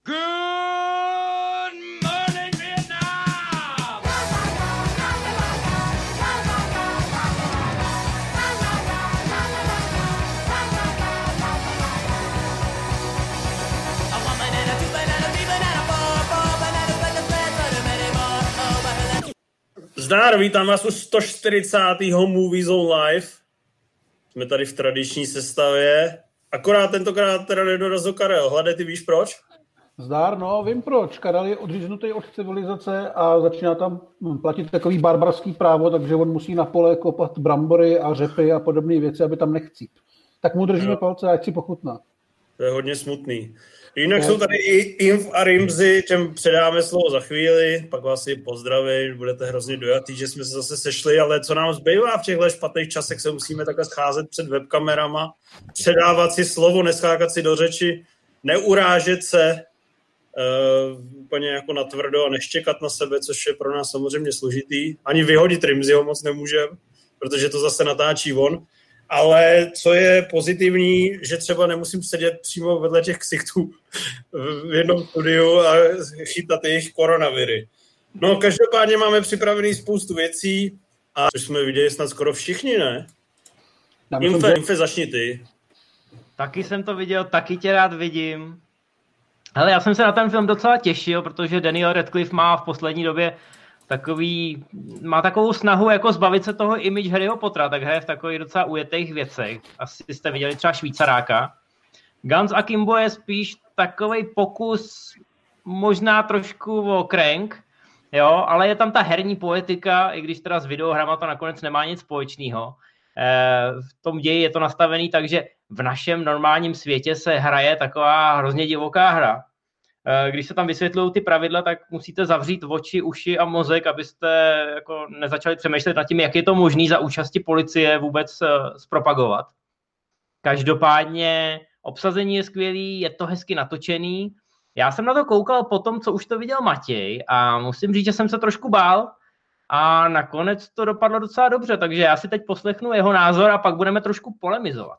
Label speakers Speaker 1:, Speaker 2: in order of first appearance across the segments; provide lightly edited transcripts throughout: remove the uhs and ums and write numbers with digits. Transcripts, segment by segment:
Speaker 1: Good morning, Vietnam! Zdar, vítám vás u 140. Movie Zone Live. Jsme tady v tradiční sestavě. Akorát tentokrát teda nedorazil Karel. Hlade, ty víš proč?
Speaker 2: Zdár, no, vím proč. Karel je odříznutý od civilizace a začíná tam platit takový barbarský právo, takže on musí na pole kopat brambory a řepy a podobné věci, aby tam nechcíp. Tak mu držíme palce, ať si pochutná.
Speaker 1: To je hodně smutný. Jinak jsou tady i Inf a Rimzy, těm předáme slovo za chvíli, pak vás si pozdravím, budete hrozně dojatý, že jsme se zase sešli, ale co nám zbývá v těchto špatných časech, se musíme takhle scházet před webkamerama, předávat si slovo, neskákat si do řeči, neurážet se, úplně jako natvrdo a neštěkat na sebe, což je pro nás samozřejmě složitý. Ani vyhodit Rimzyho moc nemůžeme, protože to zase natáčí on. Ale co je pozitivní, že třeba nemusím sedět přímo vedle těch ksichtů v jednom studiu a chytat jejich koronaviry. No, každopádně máme připravený spoustu věcí a což jsme viděli snad skoro všichni, ne? Infe, začni ty.
Speaker 3: Taky jsem to viděl, taky tě rád vidím. Hele, já jsem se na ten film docela těšil, protože Daniel Radcliffe má v poslední době má takovou snahu jako zbavit se toho image Harryho Pottera, tak hraje v takových docela ujetých věcech. Asi jste viděli třeba Švýcaráka. Guns Akimbo je spíš takovej pokus, možná trošku o crank, jo, ale je tam ta herní poetika, i když teda s videohrama to nakonec nemá nic společného. V tom ději je to nastavený tak, že v našem normálním světě se hraje taková hrozně divoká hra. Když se tam vysvětlují ty pravidla, tak musíte zavřít oči, uši a mozek, abyste jako nezačali přemýšlet nad tím, jak je to možné za účasti policie vůbec zpropagovat. Každopádně obsazení je skvělý, je to hezky natočený. Já jsem na to koukal po tom, co už to viděl Matěj a musím říct, že jsem se trošku bál a nakonec to dopadlo docela dobře, takže já si teď poslechnu jeho názor a pak budeme trošku polemizovat.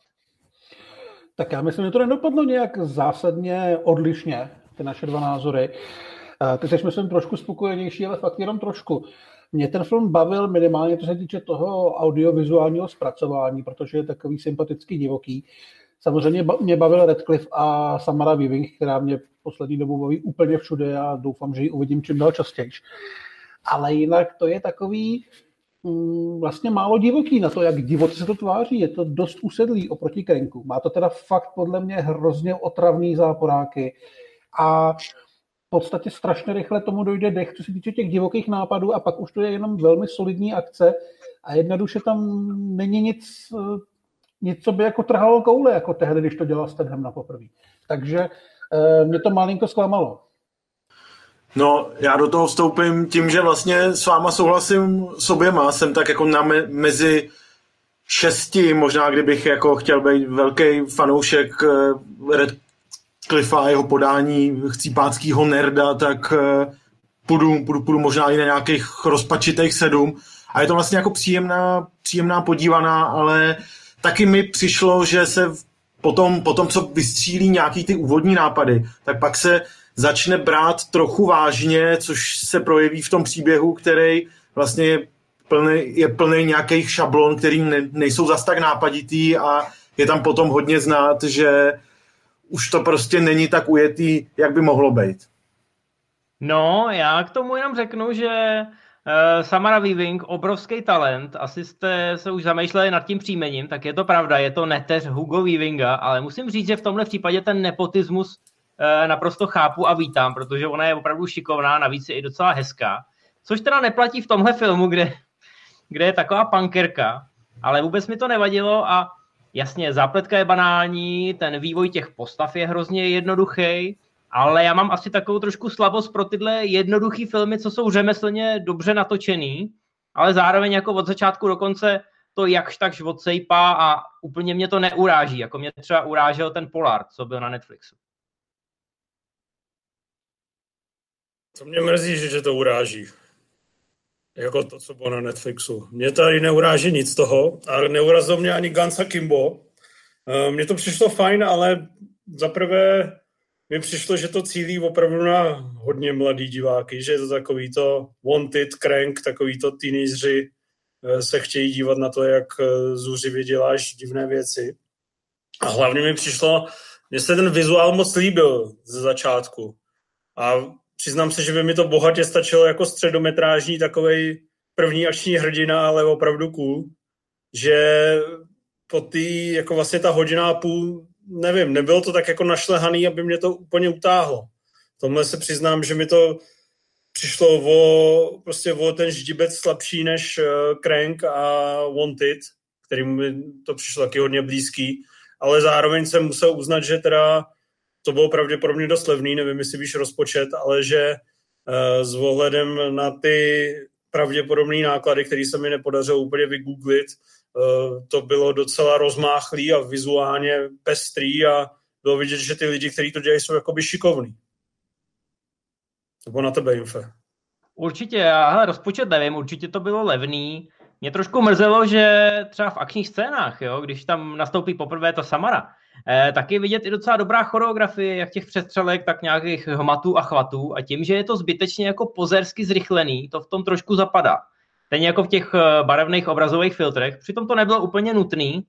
Speaker 2: Tak já myslím, že to nedopadlo nějak zásadně odlišně, ty naše dva názory. Teď jsme sem trošku spokojenější, ale fakt jenom trošku. Mě ten film bavil minimálně, co se týče toho audiovizuálního zpracování, protože je takový sympatický, divoký. Samozřejmě mě bavil Radcliffe a Samara Weaving, která mě v poslední dobu baví úplně všude a doufám, že ji uvidím čím dál častěji. Ale jinak to je takový vlastně málo divoký na to, jak divoce se to tváří. Je to dost usedlý oproti Cranku. Má to teda fakt podle mě hrozně otravný záporáky a v podstatě strašně rychle tomu dojde dech, co se týče těch divokých nápadů a pak už to je jenom velmi solidní akce a jednoduše tam není nic, co by jako trhalo koule, jako tehdy, když to dělal Statham na poprvé. Takže mě to malinko zklamalo.
Speaker 4: No, já do toho vstoupím tím, že vlastně s váma souhlasím s oběma. Jsem tak jako mezi 6, možná kdybych jako chtěl být velký fanoušek Radcliffe a jeho podání chcípáckýho nerda, tak půjdu možná i na nějakých rozpačitých 7. A je to vlastně jako příjemná podívaná, ale taky mi přišlo, že se potom co vystřílí nějaký ty úvodní nápady, tak pak se začne brát trochu vážně, což se projeví v tom příběhu, který vlastně je plný nějakých šablon, který nejsou zas tak nápaditý a je tam potom hodně znát, že už to prostě není tak ujetý, jak by mohlo být.
Speaker 3: No, já k tomu jenom řeknu, že Samara Weaving, obrovský talent, asi jste se už zamýšleli nad tím příjmením, tak je to pravda, je to neteř Hugo Weavinga, ale musím říct, že v tomhle případě ten nepotismus naprosto chápu a vítám, protože ona je opravdu šikovná, navíc je i docela hezká, což teda neplatí v tomhle filmu, kde je taková punkerka, ale vůbec mi to nevadilo a jasně, zápletka je banální, ten vývoj těch postav je hrozně jednoduchý, ale já mám asi takovou trošku slabost pro tyhle jednoduchý filmy, co jsou řemeslně dobře natočený, ale zároveň jako od začátku do konce to jakž takž odsejpá a úplně mě to neuráží, jako mě třeba urážel ten Polar, co byl na Netflixu.
Speaker 1: Co mě mrzí, že to uráží. Jako to, co bylo na Netflixu. Mě tady neuráží nic z toho a neurazil mě ani Guns Akimbo. Mně to přišlo fajn, ale zaprvé mi přišlo, že to cílí opravdu na hodně mladý diváky, že je to takový to wanted crank, takový to teenageři se chtějí dívat na to, jak zuřivě děláš divné věci. A hlavně mi přišlo, že se ten vizuál moc líbil ze začátku. A přiznám se, že by mi to bohatě stačilo jako středometrážní takovej první akční hrdina, ale opravdu cool, že po tý, jako vlastně ta hodina a půl, nevím, nebylo to tak jako našlehaný, aby mě to úplně utáhlo. V tomhle se přiznám, že mi to přišlo o ten ždibec slabší než Crank a Wanted, kterým mi to přišlo taky hodně blízký, ale zároveň jsem musel uznat, že teda to bylo pravděpodobně dost levný, nevím, jestli víš rozpočet, ale že s ohledem na ty pravděpodobné náklady, které se mi nepodařilo úplně vygooglit, to bylo docela rozmáchlý a vizuálně pestrý a bylo vidět, že ty lidi, kteří to dělají, jsou jakoby šikovní. To bylo na tebe, Infe.
Speaker 3: Určitě, ale rozpočet nevím, určitě to bylo levný. Mě trošku mrzelo, že třeba v akčních scénách, jo, když tam nastoupí poprvé ta Samara, tak je vidět i docela dobrá choreografie, jak těch přestřelek, tak nějakých hmatů a chvatů a tím, že je to zbytečně jako pozersky zrychlený, to v tom trošku zapadá. Stejně jako v těch barevných obrazových filtrech, přitom to nebylo úplně nutný.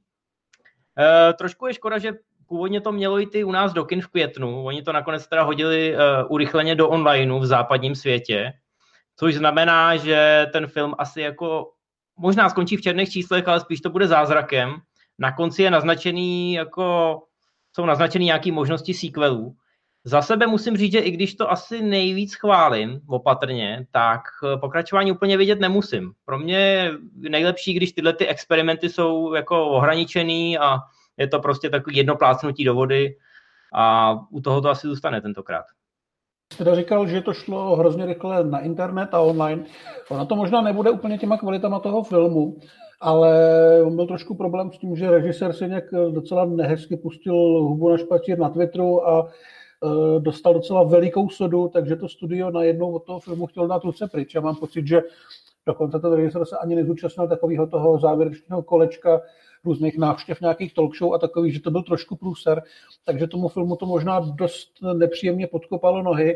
Speaker 3: Trošku je škoda, že původně to mělo jít i u nás do kin v květnu, oni to nakonec teda hodili urychleně do onlineu v západním světě, což znamená, že ten film asi jako možná skončí v černých číslech, ale spíš to bude zázrakem. Na konci je naznačený, jako jsou naznačený nějaké možnosti sequelů. Za sebe musím říct, že i když to asi nejvíc chválím opatrně, tak pokračování úplně vidět nemusím. Pro mě je nejlepší, když tyhle ty experimenty jsou jako ohraničený a je to prostě takový jedno plácnutí do vody a u toho to asi zůstane tentokrát.
Speaker 2: Jste teda říkal, že to šlo hrozně rychle na internet a online. Ono to možná nebude úplně těma kvalitama toho filmu, ale on byl trošku problém s tím, že režisér si nějak docela nehezky pustil hubu na špatír na Twitteru a dostal docela velikou sodu, takže to studio najednou od toho filmu chtěl dát ruce pryč. Já mám pocit, že dokonce ten režisér se ani nezúčastnil takového toho závěrečného kolečka různých návštěv nějakých talk show a takových, že to byl trošku průser, takže tomu filmu to možná dost nepříjemně podkopalo nohy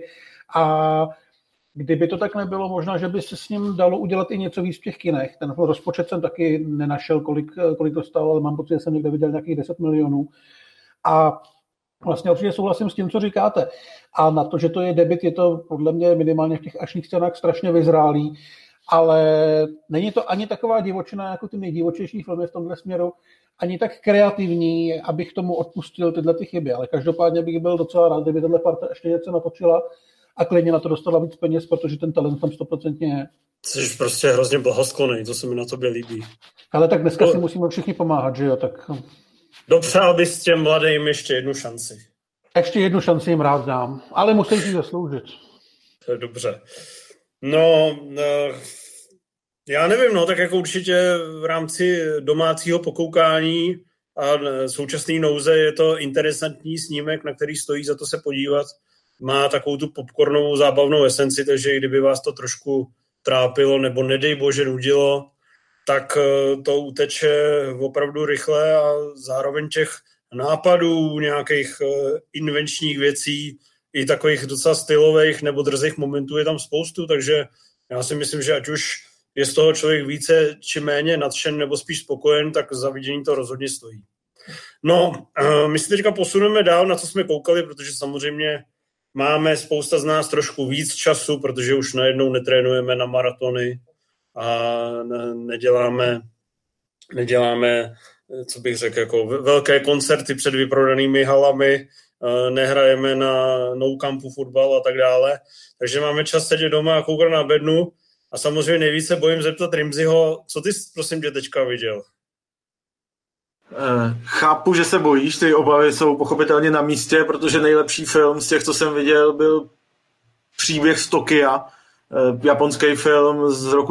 Speaker 2: a kdyby to tak nebylo, možná, že by se s ním dalo udělat i něco víc v těch kinech. Ten rozpočet jsem taky nenašel, kolik to stálo, ale mám pocit, že jsem někde viděl nějakých 10 milionů. A vlastně určitě souhlasím s tím, co říkáte. A na to, že to je debut, je to podle mě minimálně v těch akčních scénách strašně vyzrálý, ale není to ani taková divočina, jako ty nejdivočejší filmy v tomhle směru, ani tak kreativní, abych tomu odpustil tyhle ty chyby, ale každopádně bych byl docela rád, kdyby tato parta ještě něco natočila a klidně na to dostala víc peněz, protože ten talent tam 100% je.
Speaker 1: Jsi prostě hrozně blahosklonej, to se mi na tobě líbí.
Speaker 2: Ale tak dneska si musíme všichni pomáhat, že jo? Tak...
Speaker 1: Dopřál bys těm mladým ještě jednu šanci.
Speaker 2: Ještě jednu šanci jim rád dám, ale musí si zasloužit.
Speaker 1: To je dobře. No, já nevím, tak jako určitě v rámci domácího pokoukání a současné nouze je to interesantní snímek, na který stojí za to se podívat. Má takovou tu popcornovou zábavnou esenci, takže i kdyby vás to trošku trápilo nebo nedej bože nudilo, tak to uteče opravdu rychle a zároveň těch nápadů, nějakých invenčních věcí, i takových docela stylových nebo drzých momentů je tam spoustu, takže já si myslím, že ať už je z toho člověk více či méně nadšen nebo spíš spokojen, tak za vidění to rozhodně stojí. No, my si teďka posuneme dál, na co jsme koukali, protože samozřejmě máme spousta z nás trošku víc času, protože už najednou netrénujeme na maratony a neděláme, co bych řekl, jako velké koncerty před vyprodanými halami, nehrajeme na no campu fotbal a tak dále. Takže máme čas sedět doma a koukat na bednu a samozřejmě nejvíce bojím zeptat Rimziho, co ty prosím tě teďka viděl?
Speaker 4: Chápu, že se bojíš, ty obavy jsou pochopitelně na místě, protože nejlepší film z těch, co jsem viděl, byl Příběh z Tokia, japonský film z roku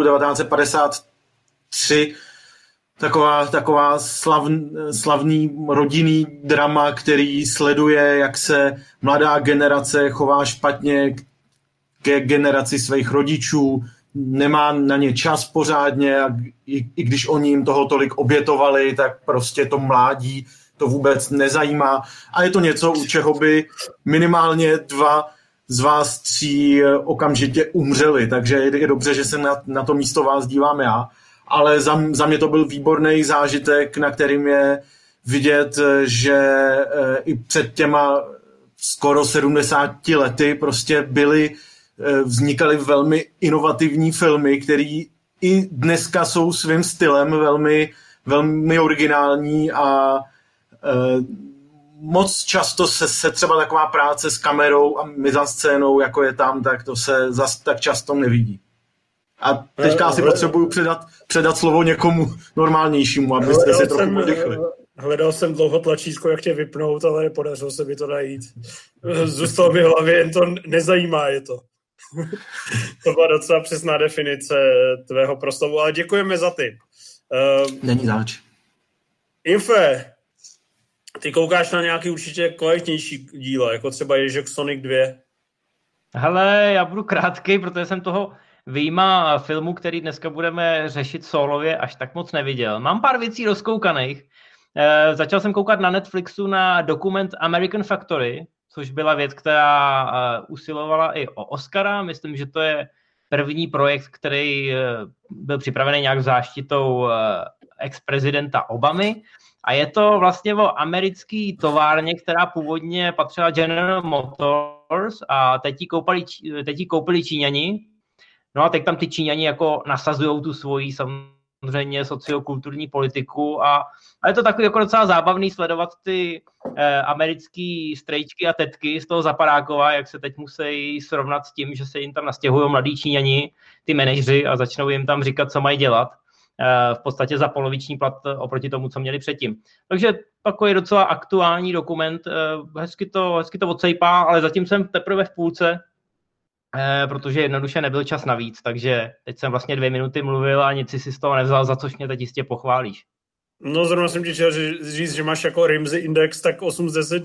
Speaker 4: 1953, taková slavný rodinný drama, který sleduje, jak se mladá generace chová špatně ke generaci svých rodičů, nemá na ně čas pořádně a i když oni jim toho tolik obětovali, tak prostě to mládí to vůbec nezajímá a je to něco, u čeho by minimálně 2 z vás 3 okamžitě umřeli, takže je dobře, že se na to místo vás dívám já, ale za mě to byl výborný zážitek, na kterým je vidět, že i před těma skoro 70 lety prostě vznikaly velmi inovativní filmy, které i dneska jsou svým stylem velmi, velmi originální a moc často se třeba taková práce s kamerou a mizanscénou, jako je tam, tak to se zas tak často nevidí. A teďka asi potřebuju předat slovo někomu normálnějšímu, abyste si trochu podychli.
Speaker 1: Hledal jsem dlouho tlačítko, jak tě vypnout, ale nepodařilo se mi to najít. Zůstalo mi v hlavě, jen to nezajímá je to. To byla docela přesná definice tvého proslovu, ale děkujeme za tip.
Speaker 4: Není zač.
Speaker 1: Infe, ty koukáš na nějaký určitě kvalitnější dílo, jako třeba Ježek Sonic 2.
Speaker 3: Hele, já budu krátkej, protože jsem toho vyjma filmu, který dneska budeme řešit solově, až tak moc neviděl. Mám pár věcí rozkoukaných. Začal jsem koukat na Netflixu na dokument American Factory, což byla věc, která usilovala i o Oscara. Myslím, že to je první projekt, který byl připravený nějak záštitou ex-prezidenta Obamy. A je to vlastně o americký továrně, která původně patřila General Motors a teď ji koupili Číňani. No a teď tam ty Číňani jako nasazujou tu svoji samozřejmě sociokulturní politiku a je to takový jako docela zábavný sledovat ty americký strejčky a tetky z toho Zapadákova, jak se teď musí srovnat s tím, že se jim tam nastěhují mladí Číňani, ty manažři a začnou jim tam říkat, co mají dělat. V podstatě za poloviční plat oproti tomu, co měli předtím. Takže takový docela aktuální dokument, hezky to odsejpá, ale zatím jsem teprve v půlce, protože jednoduše nebyl čas navíc, takže teď jsem vlastně 2 minuty mluvil a nic si z toho nevzal, za což mě teď jistě pochválíš.
Speaker 1: No zrovna jsem ti chtěl říct, že máš jako Ramsey index tak 8 z 10.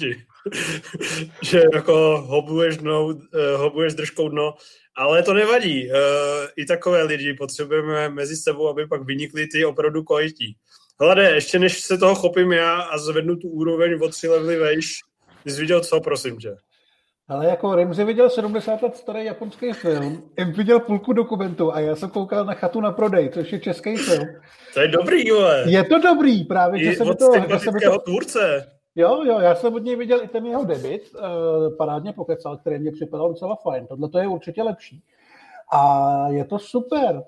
Speaker 1: Že jako hobuješ držkou dno, ale to nevadí. I takové lidi potřebujeme mezi sebou, aby pak vynikli ty opravdu kvalitní. Hlade, ještě než se toho chopím já a zvednu tu úroveň o 3 levely vejš, ty jsi viděl co, prosím tě?
Speaker 2: Ale jako Ramsey viděl 70 let starý japonský film, viděl půlku dokumentu a já jsem koukal na Chatu na prodej, což je český film.
Speaker 1: To je dobrý, vole.
Speaker 2: Je to dobrý, právě, že se mi to...
Speaker 1: tvůrce.
Speaker 2: Jo, já jsem od něj viděl i ten jeho debut, parádně pokecal, který mě připadal docela fajn. Tohle to je určitě lepší. A je to super.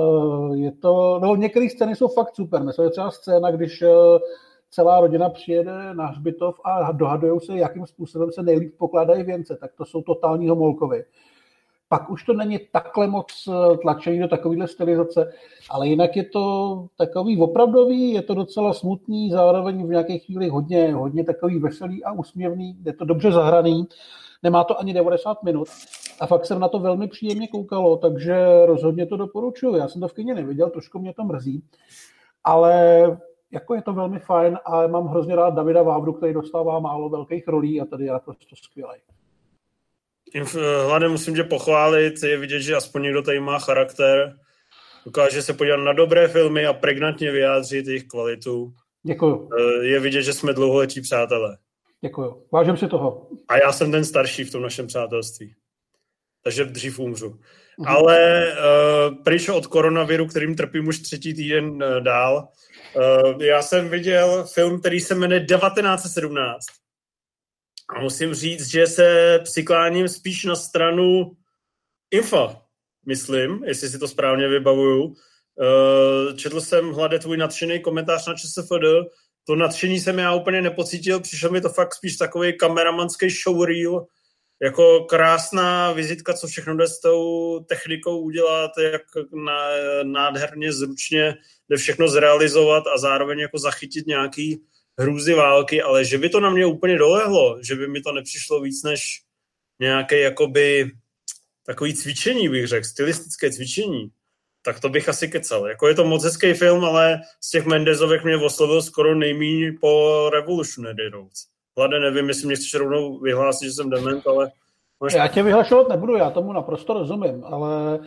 Speaker 2: Některé scény jsou fakt super. Myslím, že třeba scéna, když celá rodina přijede na hřbitov a dohadujou se, jakým způsobem se nejlíp pokládají věnce, tak to jsou totální homolkovy. Pak už to není takhle moc tlačený do takovéhle stylizace, ale jinak je to takový opravdový, je to docela smutný, zároveň v nějaké chvíli hodně takový veselý a úsměvný, je to dobře zahraný, nemá to ani 90 minut a fakt jsem na to velmi příjemně koukalo, takže rozhodně to doporučuji. Já jsem to v kině neviděl, trošku mě to mrzí, ale jako je to velmi fajn a mám hrozně rád Davida Vávru, který dostává málo velkých rolí a tady je naprosto skvělej.
Speaker 1: Hlavně musím tě pochválit, je vidět, že aspoň někdo tady má charakter, dokáže se podívat na dobré filmy a pregnantně vyjádřit jejich kvalitu.
Speaker 2: Děkuju.
Speaker 1: Je vidět, že jsme dlouholetí přátelé.
Speaker 2: Děkuju. Vážím si toho.
Speaker 1: A já jsem ten starší v tom našem přátelství. Takže dřív umřu. Ale pryč od koronaviru, kterým trpím už 3. týden dál, já jsem viděl film, který se jmenuje 1917. A musím říct, že se přikláním spíš na stranu Infa, myslím, jestli si to správně vybavuju. Četl jsem, Hlade, tvůj nadšený komentář na ČSFD. To nadšení jsem já úplně nepocítil, přišel mi to fakt spíš takový kameramanský showreel, jako krásná vizitka, co všechno jde s tou technikou udělat, jak nádherně, zručně jde všechno zrealizovat a zároveň jako zachytit nějaký hrůzy války, ale že by to na mě úplně dolehlo, že by mi to nepřišlo víc než nějaké jakoby takový cvičení, bych řekl, stylistické cvičení, tak to bych asi kecal. Jako je to moc hezký film, ale z těch Mendezovek mě oslovil skoro nejméně po Revolutionary Roads. Hlade, nevím, jestli mě chceš rovnou vyhlásit, že jsem dement, ale...
Speaker 2: Já tě vyhlašovat nebudu, já tomu naprosto rozumím, ale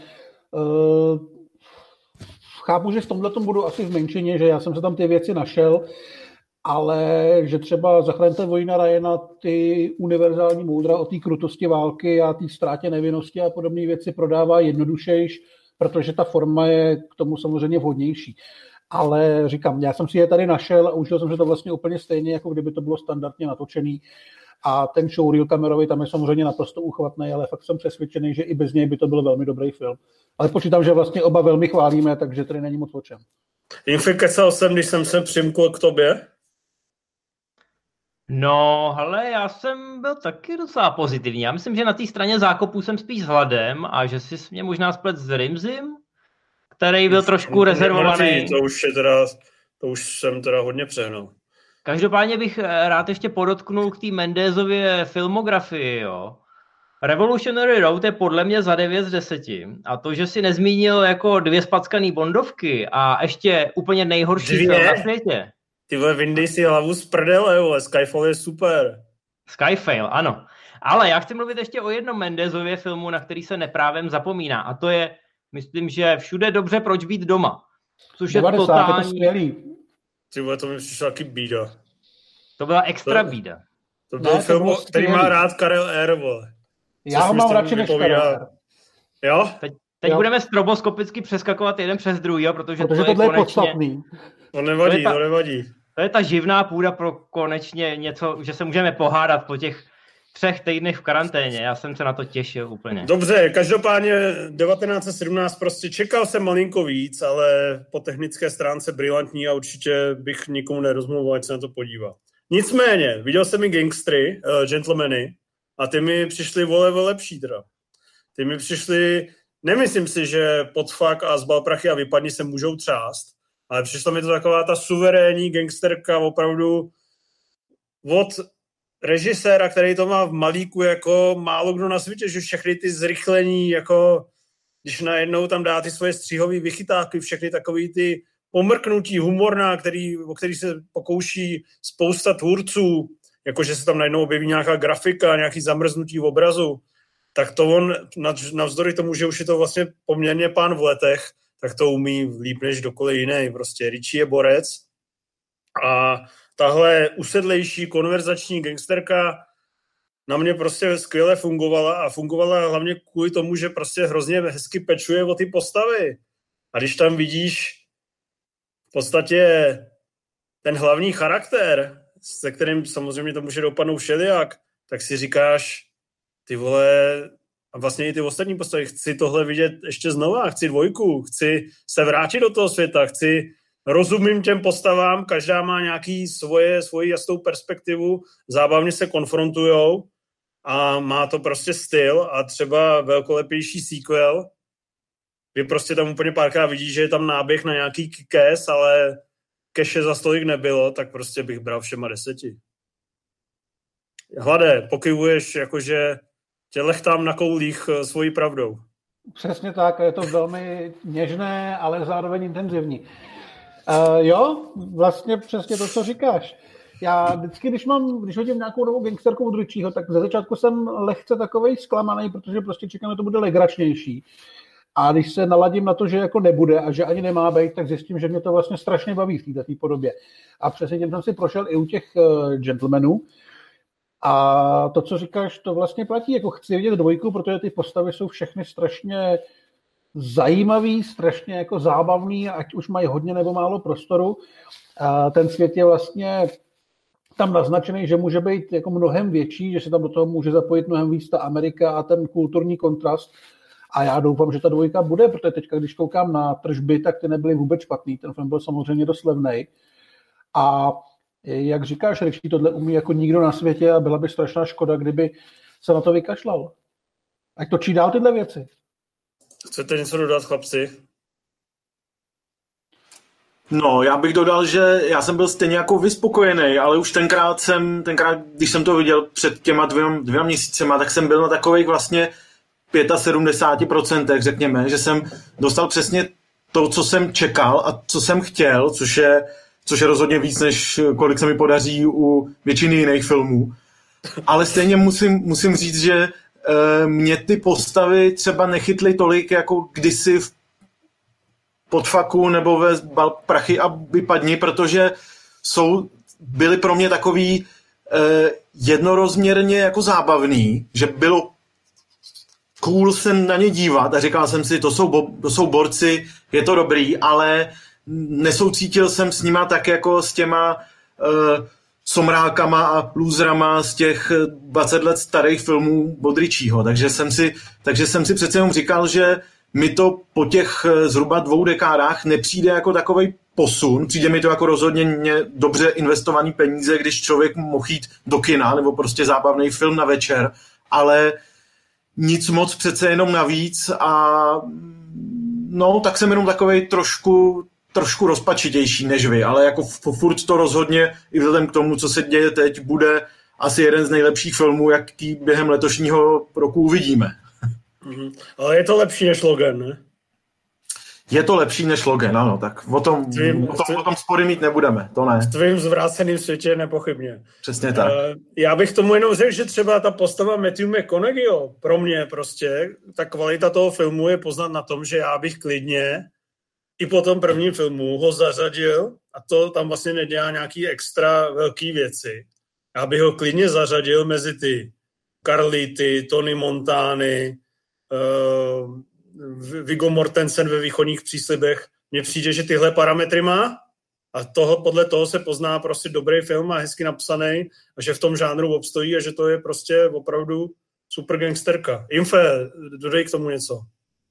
Speaker 2: chápu, že v tomhletom budu asi v menšině, že já jsem se tam ty věci našel, ale že třeba Zachraňte vojína Ryana ty univerzální moudra o té krutosti války a té ztrátě nevinnosti a podobné věci prodává jednodušejš, protože ta forma je k tomu samozřejmě vhodnější. Ale říkám, já jsem si je tady našel a užil jsem se to vlastně úplně stejně, jako kdyby to bylo standardně natočený. A ten showreel kamerový tam je samozřejmě naprosto uchvatný, ale fakt jsem přesvědčený, že i bez něj by to byl velmi dobrý film. Ale počítám, že vlastně oba velmi chválíme, takže tady není moc o čem.
Speaker 1: Infikecal jsem, když jsem se přimkl k tobě.
Speaker 3: No, hele, já jsem byl taky docela pozitivní. Já myslím, že na té straně zákopů jsem spíš s Hladem a že si mě možná splet s Rimzim, který byl trošku rezervovaný.
Speaker 1: To už jsem teda hodně přehnal.
Speaker 3: Každopádně bych rád ještě podotknul k té Mendezově filmografii, jo. Revolutionary Road je podle mě za 9 z 10. A to, že si nezmínil jako 2 spackaný Bondovky a ještě úplně nejhorší film na světě.
Speaker 1: Ty vole, vyndej si hlavu z prdele, vole, Skyfall je super.
Speaker 3: Skyfall, ano. Ale já chci mluvit ještě o jednom Mendezově filmu, na který se neprávem zapomíná. A to je, myslím, že Všude dobře, proč být doma. Což je totální...
Speaker 2: Je to skvělý.
Speaker 1: Ty vole, to mi přišlo taky bída.
Speaker 3: To byla extra bída.
Speaker 1: To byl film, který má rád Karel R, vole.
Speaker 2: Já ho mám radši než Karel R.
Speaker 1: Jo?
Speaker 3: Teď budeme stroboskopicky přeskakovat jeden přes druhýho, protože to je
Speaker 2: konečně... podstatný.
Speaker 1: To nevadí.
Speaker 3: To je ta živná půda pro konečně něco, že se můžeme pohádat po těch 3 týdnech v karanténě. Já jsem se na to těšil úplně.
Speaker 1: Dobře, každopádně 1917 prostě čekal jsem malinko víc, ale po technické stránce brilantní a určitě bych nikomu nerozmluvil, ať se na to podívá. Nicméně, viděl jsem i Gangstery, Gentlemany, a ty mi přišly vole lepší teda. Ty mi přišly, nemyslím si, že Podfak a Zbal prachy a Vypadni se můžou třást, ale přišla mi to taková ta suverénní gangsterka opravdu od režiséra, který to má v malíku jako málo kdo na světě, že všechny ty zrychlení, jako když najednou tam dá ty svoje stříhové vychytávky, všechny takový ty pomrknutí humorná, o který se pokouší spousta tvůrců, jakože se tam najednou objeví nějaká grafika, nějaký zamrznutí v obrazu, tak to on, navzdory tomu, že už je to vlastně poměrně pán v letech, tak to umí líp než kdokoliv jiný. Prostě Richie je borec a tahle usedlejší konverzační gangsterka na mě prostě skvěle fungovala a fungovala hlavně kvůli tomu, že prostě hrozně hezky pečuje o ty postavy. A když tam vidíš v podstatě ten hlavní charakter, se kterým samozřejmě to může dopadnout všelijak, tak si říkáš, ty vole, a vlastně i ty ostatní postavy, chci tohle vidět ještě znova, chci 2, chci se vrátit do toho světa, rozumím těm postavám, každá má nějaký svoji jasnou perspektivu, zábavně se konfrontujou a má to prostě styl a třeba velkolepější sequel, kdy prostě tam úplně párkrát vidíš, že je tam náběh na nějaký kick-ass, ale keše za stolik nebylo, tak prostě bych bral všema 10. Hlade, pokyvuješ, jakože tě lechtám na koulích svojí pravdou.
Speaker 2: Přesně tak, je to velmi něžné, ale zároveň intenzivní. Jo, vlastně přesně to, co říkáš. Já vždycky, když hodím nějakou novou gangsterku od Richieho, tak ze začátku jsem lehce takovej zklamaný, protože prostě čekám, že to bude legračnější. A když se naladím na to, že jako nebude a že ani nemá být, tak zjistím, že mě to vlastně strašně baví v této podobě. A přesně tím jsem si prošel i u těch Gentlemanů. A to, co říkáš, to vlastně platí. Jako chci vidět 2, protože ty postavy jsou všechny strašně zajímavý, strašně jako zábavný, ať už mají hodně nebo málo prostoru. A ten svět je vlastně tam naznačený, že může být jako mnohem větší, že se tam do toho může zapojit mnohem víc ta Amerika a ten kulturní kontrast. A já doufám, že ta 2 bude, protože teďka, když koukám na tržby, tak ty nebyly vůbec špatný. Ten film byl samozřejmě dost levnej. A jak říkáš, Richie tohle umí jako nikdo na světě a byla by strašná škoda, kdyby se na to vykašlal. Ať točí dál tyhle věci.
Speaker 1: Chcete něco dodat, chlapci?
Speaker 4: No, já bych dodal, že já jsem byl stejně jako vyspokojený, ale už tenkrát, když jsem to viděl před těma 2 měsícema, tak jsem byl na takových vlastně 75%, řekněme, že jsem dostal přesně to, co jsem čekal a co jsem chtěl, což je rozhodně víc, než kolik se mi podaří u většiny jiných filmů. Ale stejně musím říct, že mě ty postavy třeba nechytly tolik, jako kdysi v Podfaku nebo ve Prachy a Vypadni, protože jsou byly pro mě takový jednorozměrně jako zábavný, že bylo cool se na ně dívat a říkal jsem si, to jsou borci, je to dobrý, ale nesoucítil jsem s nima tak jako s těma somrákama a lůzrama z těch 20 let starých filmů od Ritchieho. Takže jsem si přece jenom říkal, že mi to po těch zhruba 2 dekádách nepřijde jako takovej posun. Přijde mi to jako rozhodně dobře investovaný peníze, když člověk mohl jít do kina nebo prostě zábavný film na večer, ale nic moc přece jenom navíc a no, tak jsem jenom takovej trošku rozpačitější než vy, ale jako furt to rozhodně i vzhledem k tomu, co se děje teď, bude asi jeden z nejlepších filmů, jaký během letošního roku uvidíme.
Speaker 1: Ale je to lepší než Logan, ne?
Speaker 4: Je to lepší než Logan, ano, tak o tom spory mít nebudeme, to ne.
Speaker 1: V tvým zvráceným světě nepochybně.
Speaker 4: Přesně tak.
Speaker 1: Já bych tomu jenom řekl, že třeba ta postava Matthew McConaugheyho, pro mě prostě, ta kvalita toho filmu je poznat na tom, že já bych klidně i po tom prvním filmu ho zařadil, a to tam vlastně nedělá nějaký extra velký věci. Já bych ho klidně zařadil mezi ty Carlity, Tony Montany, Viggo Mortensen ve Východních příslibech. Mně přijde, že tyhle parametry má a podle toho se pozná prostě dobrý film a hezky napsaný a že v tom žánru obstojí a že to je prostě opravdu super gangsterka. Infe, dodej k tomu něco.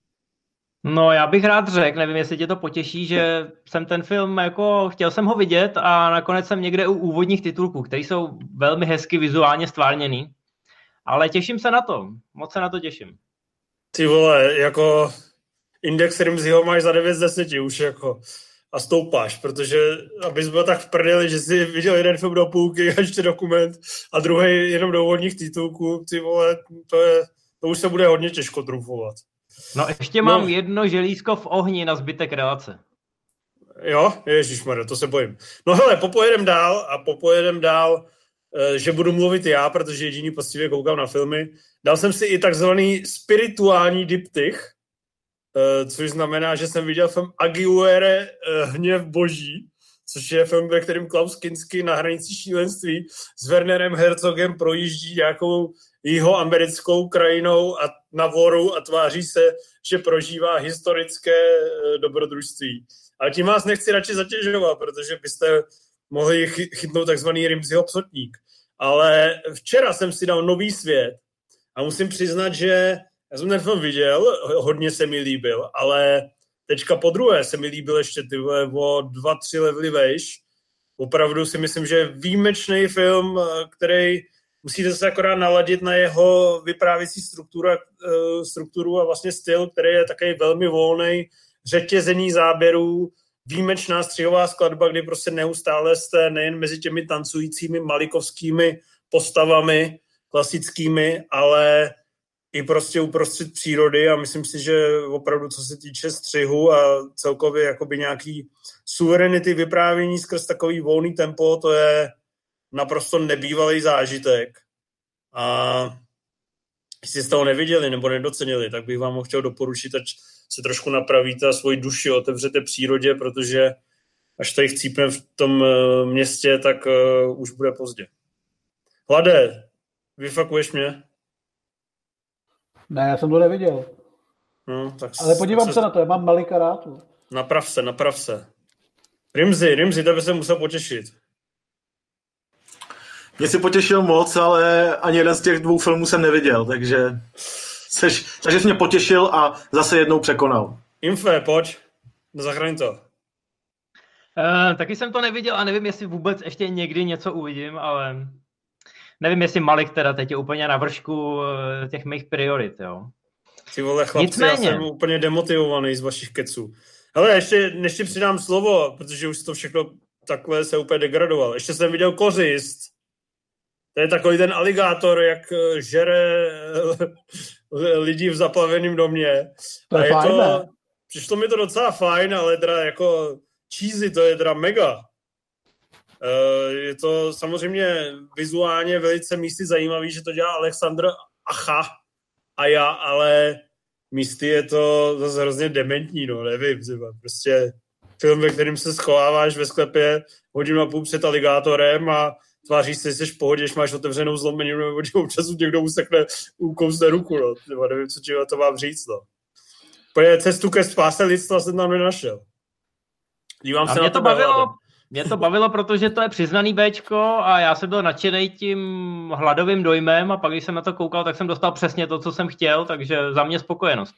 Speaker 3: No, já bych rád řekl, nevím, jestli tě to potěší, že jsem ten film, jako chtěl jsem ho vidět a nakonec jsem někde u úvodních titulků, které jsou velmi hezky vizuálně stvárněný, ale těším se na to, moc se na to těším.
Speaker 1: Ty vole, jako index Rimziho máš za 9 z 10 už jako a stoupáš, protože abys byl tak v prdeli, že jsi viděl jeden film do půlky a ještě dokument a druhý jenom do úvodních titulků, ty vole, to už se bude hodně těžko trumfovat.
Speaker 3: No ještě mám jedno želízko v ohni na zbytek relace.
Speaker 1: Jo? Ježišmarja, to se bojím. No hele, popojedem dál, že budu mluvit já, protože jediný poctivě koukám na filmy. Dal jsem si i takzvaný spirituální diptych, což znamená, že jsem viděl film Aguilera Hněv boží, což je film, ve kterém Klaus Kinski na hranici šílenství s Wernerem Herzogem projíždí nějakou jihoamerickou krajinou a na voru a tváří se, že prožívá historické dobrodružství. Ale tím vás nechci radši zatěžovat, protože byste mohli chytnout takzvaný Rimziho psotník. Ale včera jsem si dal Nový svět a musím přiznat, že já jsem ten film viděl, hodně se mi líbil, ale teďka po druhé se mi líbil ještě o 2-3 levely vejš. Opravdu si myslím, že je výjimečný film, který musíte se akorát naladit na jeho vyprávěcí strukturu a vlastně styl, který je takový velmi volný, řetězení záběrů, výjimečná střihová skladba, kdy prostě neustále jste nejen mezi těmi tancujícími malikovskými postavami klasickými, ale i prostě uprostřed přírody a myslím si, že opravdu co se týče střihu a celkově jakoby nějaký suverenity vyprávění skrz takový volný tempo, to je naprosto nebývalý zážitek. A jestli jste ho neviděli nebo nedocenili, tak bych vám ho chtěl doporučit, ať se trošku napravíte a svoji duši otevřete přírodě, protože až tady chcípne v tom městě, tak už bude pozdě. Hlade, vyfakuješ mě?
Speaker 2: Ne, já jsem to neviděl.
Speaker 1: No, tak
Speaker 2: ale podívám se na to, já mám Malika rád.
Speaker 1: Naprav se. Rimzi, tebe jsem musel potěšit.
Speaker 4: Mě si potěšil moc, ale ani jeden z těch 2 filmů jsem neviděl, takže jsi mě potěšil a zase jednou překonal.
Speaker 1: Infe, pojď, zachraň to.
Speaker 3: Taky jsem to neviděl a nevím, jestli vůbec ještě někdy něco uvidím, ale nevím, jestli Malik teda teď je úplně na vršku těch mých priorit, jo.
Speaker 1: Ty vole chlapci, nicméně. Já jsem úplně demotivovaný z vašich keců. Hele, ještě přidám slovo, protože už to všechno takhle se úplně degradoval. Ještě jsem viděl Kořist. To je takový ten aligátor, jak žere lidi v zaplaveném domě.
Speaker 2: To je fajn, ne?
Speaker 1: Přišlo mi to docela fajn, ale teda jako cheesy, to je teda mega. Je to samozřejmě vizuálně velice místy zajímavý, že to dělá Alexandr Aja, ale místy je to zase hrozně dementní, no, nevím, prostě film, ve kterém se schováváš ve sklepě hodinu a půl před aligátorem a tváříš se, že jsi v pohodě, že máš otevřenou zlomeninu, nebo občas někdo usekne, ukousne ruku, no. Nebo nevím, co ti to mám říct, no. Protože cestu ke spáse lidstva jsem tam nenašel. Dívám se na to bavilo.
Speaker 3: Mě to bavilo, protože to je přiznaný Bčko a já jsem byl nadšenej tím hladovým dojmem a pak, když jsem na to koukal, tak jsem dostal přesně to, co jsem chtěl, takže za mě spokojenost.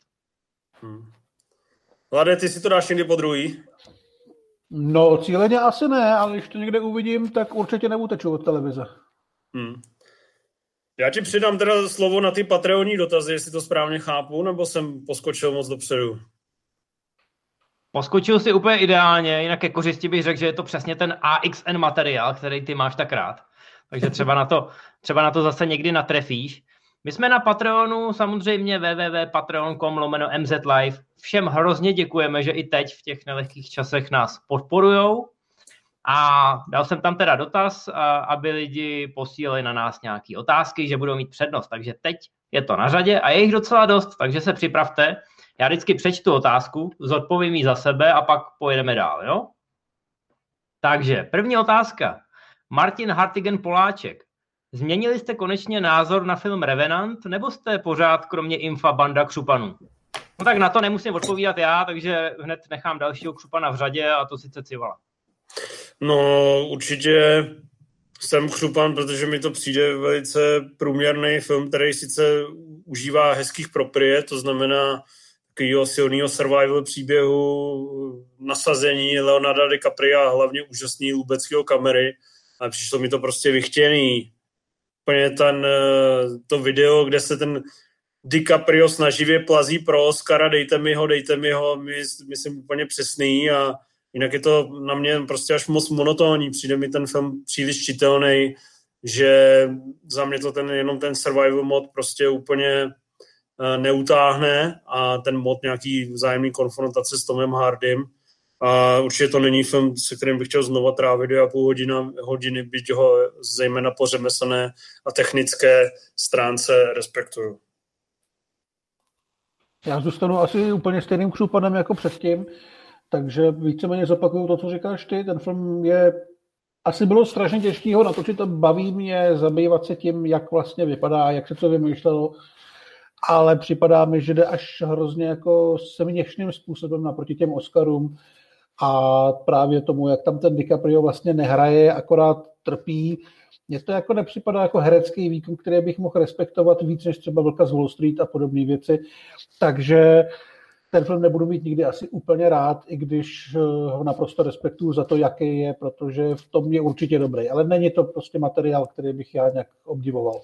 Speaker 1: Vlade, ty si to dáš někdy po druhý?
Speaker 2: No, cíleně asi ne, ale když to někde uvidím, tak určitě neuteču od televize.
Speaker 1: Já ti přidám teda slovo na ty Patreonní dotazy, jestli to správně chápu, nebo jsem poskočil moc dopředu?
Speaker 3: Poskočil si úplně ideálně, jinak ke kořisti bych řekl, že je to přesně ten AXN materiál, který ty máš tak rád. Takže třeba na to zase někdy natrefíš. My jsme na Patreonu, samozřejmě www.patreon.com/mzlive. Všem hrozně děkujeme, že i teď v těch nelehkých časech nás podporujou. A dal jsem tam teda dotaz, aby lidi posílali na nás nějaké otázky, že budou mít přednost. Takže teď je to na řadě a je jich docela dost, takže se připravte. Já vždycky přečtu otázku, zodpovím ji za sebe a pak pojedeme dál, jo? Takže první otázka. Martin Hartigen Poláček. Změnili jste konečně názor na film Revenant, nebo jste pořád kromě infa banda křupanů? No tak na to nemusím odpovídat já, takže hned nechám dalšího křupana v řadě a to sice Civala.
Speaker 1: No určitě jsem křupan, protože mi to přijde velice průměrný film, který sice užívá hezkých propriet, to znamená takového silného survival příběhu, nasazení Leonarda DiCapria a hlavně úžasný lubeckého kamery, ale přišlo mi to prostě vychtěný. Úplně to video, kde se ten DiCaprio snaživě plazí pro Oscara, dejte mi ho, myslím úplně přesný a jinak je to na mě prostě až moc monotónní, přijde mi ten film příliš čitelný, že za mě to jenom ten survival mod prostě úplně neutáhne a ten mod nějaký vzájemný konfrontace s Tomem Hardym. A určitě to není film, se kterým bych chtěl znova trávit 2,5 hodiny, byť ho zejména po řemeslné a technické stránce respektuju.
Speaker 2: Já zůstanu asi úplně stejným křupanem jako předtím, takže víceméně zopakuju to, co říkáš ty. Ten film asi bylo strašně těžký ho natočit a baví mě zabývat se tím, jak vlastně vypadá, jak se to vymýšlelo, ale připadá mi, že jde až hrozně jako směšným způsobem naproti těm Oscarům a právě tomu, jak tam ten DiCaprio vlastně nehraje, akorát trpí. Mně to jako nepřipadá jako herecký výkon, který bych mohl respektovat víc než třeba Vlka z Wall Street a podobné věci. Takže ten film nebudu mít nikdy asi úplně rád, i když ho naprosto respektuju za to, jaký je, protože v tom je určitě dobrý. Ale není to prostě materiál, který bych já nějak obdivoval.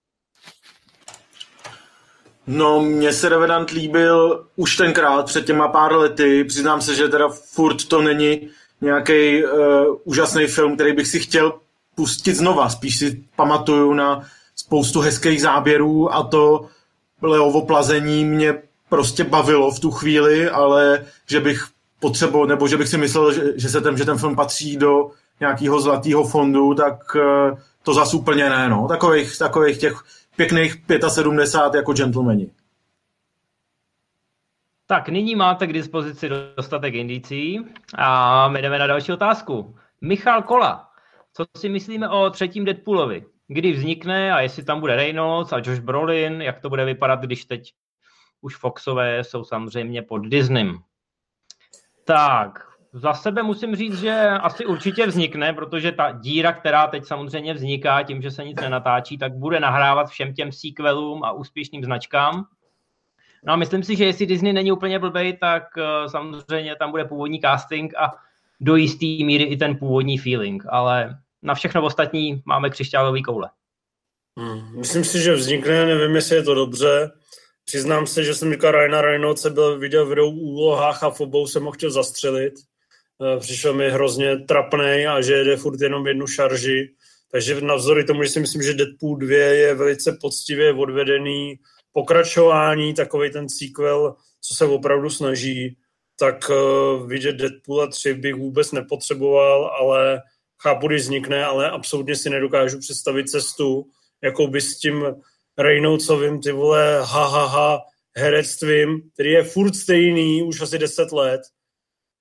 Speaker 4: No, mně se Revenant líbil už tenkrát, před těma pár lety. Přiznám se, že teda furt to není nějaký úžasný film, který bych si chtěl pustit znova. Spíš si pamatuju na spoustu hezkých záběrů a to Leovo plazení mě prostě bavilo v tu chvíli, ale že bych potřeboval, nebo že bych si myslel, že ten film patří do nějakého zlatého fondu, tak to zas úplně ne, no. Takových těch pěkných 75 jako gentlemani.
Speaker 3: Tak nyní máte k dispozici dostatek indicí a my jdeme na další otázku. Michal Kola, co si myslíme o třetím Deadpoolovi? Kdy vznikne a jestli tam bude Reynolds a Josh Brolin, jak to bude vypadat, když teď už Foxové jsou samozřejmě pod Disneym. Tak, za sebe musím říct, že asi určitě vznikne, protože ta díra, která teď samozřejmě vzniká tím, že se nic nenatáčí, tak bude nahrávat všem těm sequelům a úspěšným značkám. No a myslím si, že jestli Disney není úplně blbej, tak samozřejmě tam bude původní casting a do jistý míry i ten původní feeling, ale na všechno ostatní máme křišťálový koule.
Speaker 1: Myslím si, že vznikne, nevím, jestli je to dobře. Přiznám se, že jsem říkal Ryana Reynoldse, viděl v dvou úlohách a v obou jsem ho chtěl zastřelit. Přišel mi hrozně trapnej a že jede furt jenom jednu šarži. Takže navzdory tomu, že si myslím, že Deadpool 2 je velice poctivě odvedený pokračování, takovej ten sequel, co se opravdu snaží, tak vidět Deadpoola 3 bych vůbec nepotřeboval, ale chápu, když vznikne, ale absolutně si nedokážu představit cestu, jakou by s tím Reynoldsovým, ty vole, herectvím, který je furt stejný, už asi 10 let,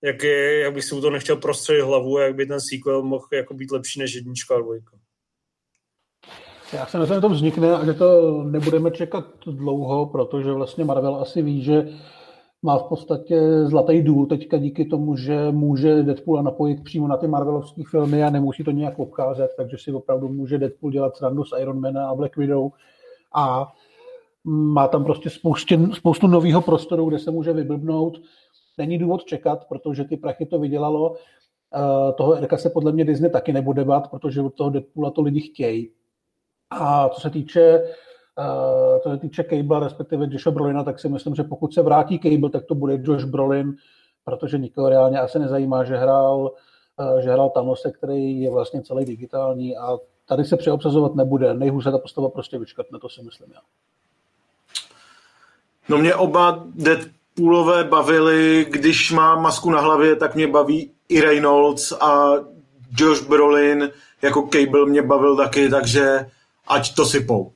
Speaker 1: jak bych si u toho nechtěl prostřelit hlavu a jak by ten sequel mohl jako být lepší než 1 a 2.
Speaker 2: Já si myslím, že to vznikne a že to nebudeme čekat dlouho, protože vlastně Marvel asi ví, že má v podstatě zlatý důl teďka díky tomu, že může Deadpoola napojit přímo na ty Marvelovské filmy a nemusí to nějak obcházet, takže si opravdu může Deadpool dělat srandu z Ironmana a Black Widow a má tam prostě spoustu nového prostoru, kde se může vyblbnout. Není důvod čekat, protože ty prachy to vydělalo. Toho Erka se podle mě Disney taky nebude bát, protože od toho Deadpoola to lidi chtějí. A co se týče Cable, respektive Josha Brolina, tak si myslím, že pokud se vrátí Cable, tak to bude Josh Brolin, protože nikoho reálně asi nezajímá, že hrál Thanose, který je vlastně celý digitální a tady se přeobsazovat nebude. Nejhůř se ta postava prostě vyškrtne, to si myslím já.
Speaker 4: No mě oba Deadpoolové bavili, když má masku na hlavě, tak mě baví i Reynolds a Josh Brolin jako Cable mě bavil taky, takže ať to sypou.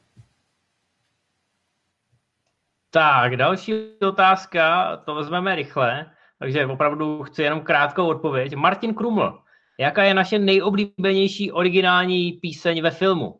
Speaker 3: Tak, další otázka, to vezmeme rychle, takže opravdu chci jenom krátkou odpověď. Martin Kruml, jaká je naše nejoblíbenější originální píseň ve filmu?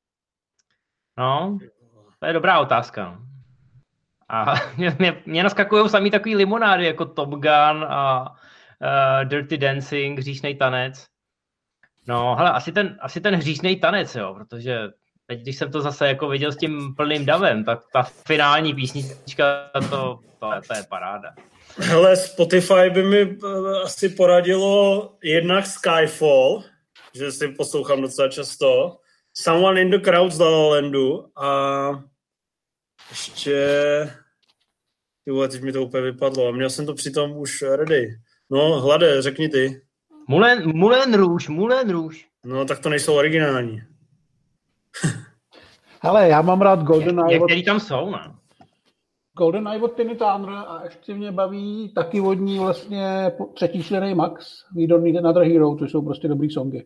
Speaker 3: No, to je dobrá otázka. A mě naskakují samý takový limonády, jako Top Gun a Dirty Dancing, Hříšnej tanec. No, hele, asi ten Hříšnej tanec, jo, protože teď, když jsem to zase jako viděl s tím plným davem, tak ta finální písnička, to je paráda.
Speaker 1: Hele, Spotify by mi asi poradilo jednak Skyfall, že si poslouchám docela často, Someone in the Crowd z La La Landu a ještě... Teď mi to úplně vypadlo a měl jsem to přitom už ready. No, Hlade, řekni ty.
Speaker 3: Moulin Rouge.
Speaker 1: No, tak to nejsou originální.
Speaker 2: Hele, já mám rád GoldenEye.
Speaker 3: Některý tam jsou, ne?
Speaker 2: GoldenEye od Tina Turner a ještě mě baví taky od ní vlastně 3. členej Max, We Don't Need Another Hero, to jsou prostě dobrý songy.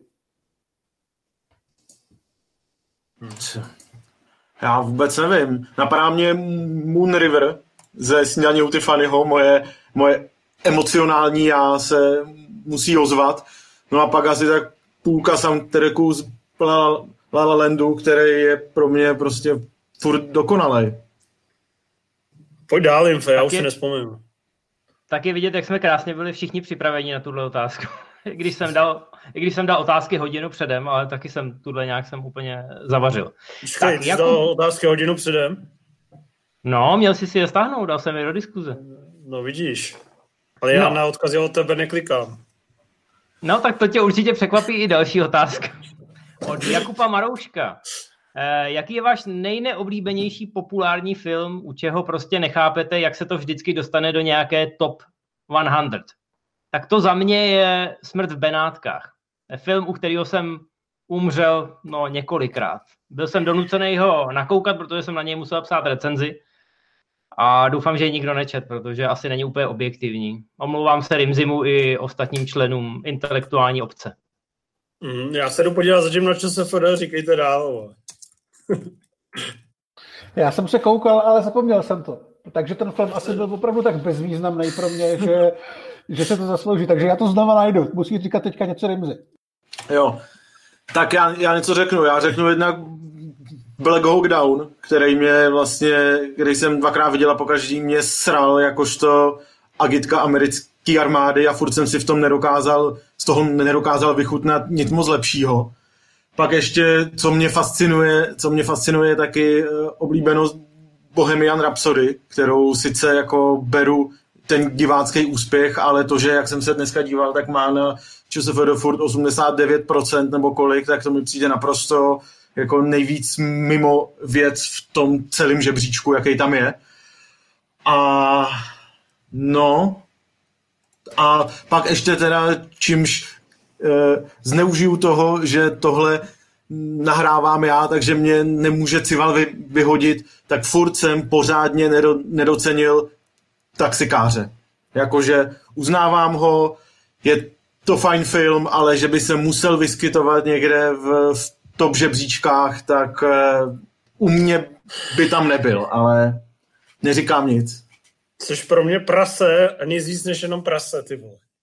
Speaker 4: Já vůbec nevím. Napadá mě Moon River ze Snídaně u Tiffanyho, moje emocionální já se musí ozvat. No a pak asi tak půlka soundtracku z La La Landu, který je pro mě prostě furt dokonalej.
Speaker 1: Pojď dál, Infe, já už si nespomenu.
Speaker 3: Tak je vidět, jak jsme krásně byli všichni připraveni na tuhle otázku. I když jsem dal otázky hodinu předem, ale taky jsem úplně zavařil.
Speaker 1: Počkej, ty jsi dal otázky hodinu předem?
Speaker 3: No, měl jsi si je stáhnout, dal jsem je do diskuze.
Speaker 1: No vidíš, ale já na odkazy od tebe neklikám.
Speaker 3: No, tak to tě určitě překvapí i další otázka. Od Jakuba Marouška. Jaký je váš nejneoblíbenější populární film, u čeho prostě nechápete, jak se to vždycky dostane do nějaké top 100? Tak to za mě je Smrt v Benátkách. Film, u kterého jsem umřel několikrát. Byl jsem donucený ho nakoukat, protože jsem na něj musel psát recenzi a doufám, že ji nikdo nečet, protože asi není úplně objektivní. Omlouvám se Rimzimu i ostatním členům intelektuální obce.
Speaker 1: Já se jdu podívat zatím na ČSFD, říkejte dál.
Speaker 2: Já jsem se koukal, ale zapomněl jsem to. Takže ten film asi byl opravdu tak bezvýznamný pro mě, že se to zaslouží. Takže já to znova najdu. Musí říkat teďka něco Rimzi.
Speaker 4: Jo. Tak já něco řeknu. Já řeknu jednak Black Hawk Down, který jsem 2krát viděl a pokaždý mě sral jakožto agitka americké armády a furt jsem si z toho nedokázal vychutnat nic moc lepšího. Pak ještě, co mě fascinuje taky oblíbenost Bohemian Rhapsody, kterou sice jako beru ten divácký úspěch, ale to, že jak jsem se dneska díval, tak má na ČSFD furt 89% nebo kolik, tak to mi přijde naprosto jako nejvíc mimo věc v tom celém žebříčku, jaký tam je. A pak ještě teda čímž zneužiju toho, že tohle nahrávám já, takže mě nemůže Cival vyhodit, tak furt jsem pořádně nedocenil Taxikáře. Jakože uznávám ho, je to fajn film, ale že by se musel vyskytovat někde v top žebříčkách, tak u mě by tam nebyl, ale neříkám nic.
Speaker 1: Což pro mě prase a nic víc než jenom prase, ty vole.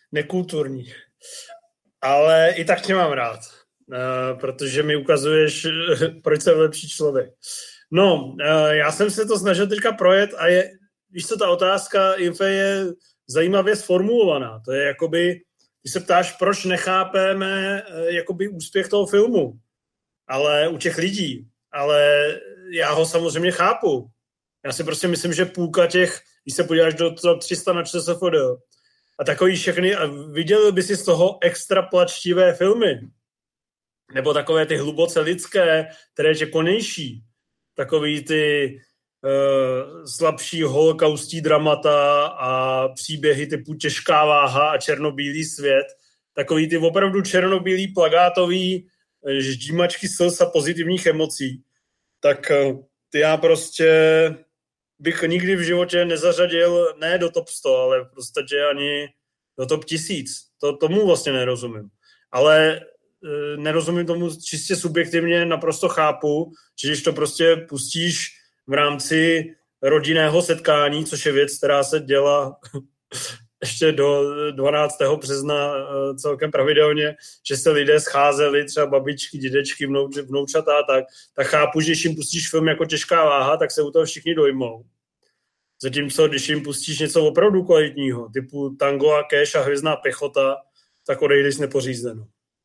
Speaker 1: nekulturní. Ale i tak tě mám rád, protože mi ukazuješ, proč jsem lepší člověk. No, já jsem se to snažil teďka projet a víš co, ta otázka Infe je zajímavě sformulovaná. To je jakoby, když se ptáš, proč nechápeme jakoby úspěch toho filmu, ale u těch lidí, ale já ho samozřejmě chápu. Já si prostě myslím, že půlka těch, když se podíváš do toho 300 na ČSFD a takový všechny, a viděl by si z toho extra plačtivé filmy, nebo takové ty hluboce lidské, které tě konejší, takový ty slabší holokaustí dramata a příběhy typu Těžká váha a Černobílý svět, takový ty opravdu černobílý plagátový ždímačky slz a pozitivních emocí, tak ty já prostě bych nikdy v životě nezařadil ne do top 100, ale prostě ani do top 1000. Tomu vlastně nerozumím. Ale nerozumím tomu čistě subjektivně, naprosto chápu, že když to prostě pustíš v rámci rodinného setkání, což je věc, která se děla ještě do 12. března celkem pravidelně, že se lidé scházeli, třeba babičky, dědečky, vnoučata, tak chápu, že když jim pustíš film jako Těžká váha, tak se u toho všichni dojmou. Zatímco, když jim pustíš něco opravdu kvalitního, typu Tango a Cash a Hvězdná pěchota, tak odejdeš nepořízeno.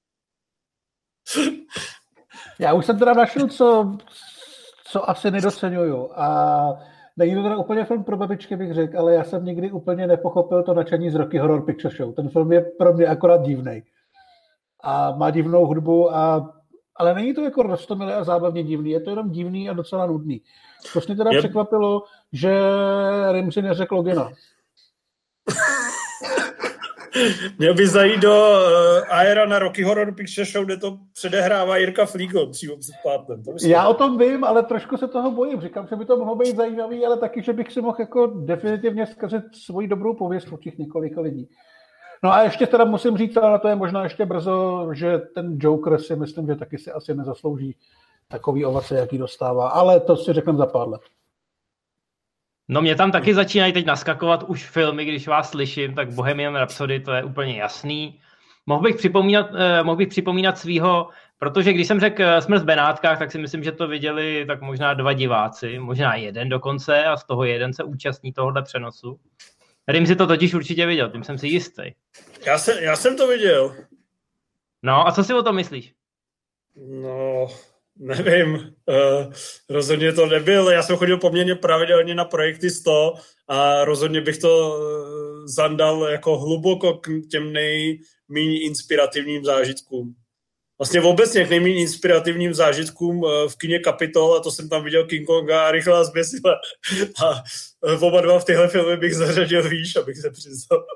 Speaker 2: Já už jsem teda našel, co asi nedoceňuju. A není to teda úplně film pro babičky, bych řekl, ale já jsem nikdy úplně nepochopil to nadšení z Rocky Horror Picture Show. Ten film je pro mě akorát divnej. A má divnou hudbu, ale není to jako roztomilé a zábavně divný. Je to jenom divný a docela nudný. Což mě teda překvapilo, že Rimzi neřekl Logina.
Speaker 1: Měl by zajít do Aera na Rocky Horror Picture Show, kde to předehrává Jirka Flígl přímo před pátem.
Speaker 2: Já o tom vím, ale trošku se toho bojím. Říkám, že by to mohlo být zajímavý, ale taky, že bych si mohl jako definitivně zkazit svoji dobrou pověst u těch několika lidí. No a ještě teda musím říct, ale to je možná ještě brzo, že ten Joker si myslím, že taky si asi nezaslouží takový ovace, jaký dostává. Ale to si řekneme za pár let.
Speaker 3: No mě tam taky začínají teď naskakovat už filmy, když vás slyším, tak Bohemian Rhapsody, to je úplně jasný. Mohl bych připomínat svýho, protože když jsem řekl Smrt v Benátkách, tak si myslím, že to viděli tak možná 2 diváci, možná 1 dokonce a z toho 1 se účastní tohohle přenosu. Rimzi to totiž určitě viděl, tím jsem si jistý.
Speaker 1: Já jsem to viděl.
Speaker 3: No a co si o tom myslíš?
Speaker 1: No, nevím. Rozhodně to nebyl. Já jsem chodil poměrně pravidelně na projekty 100 a rozhodně bych to zandal jako hluboko k těm nejméně inspirativním zážitkům. Vlastně obecně k nejméně inspirativním zážitkům v kině Kapitol, a to jsem tam viděl King Konga a Rychlá zběsila. A oba dva v tyhle filmy bych zařadil výš, abych se přiznal.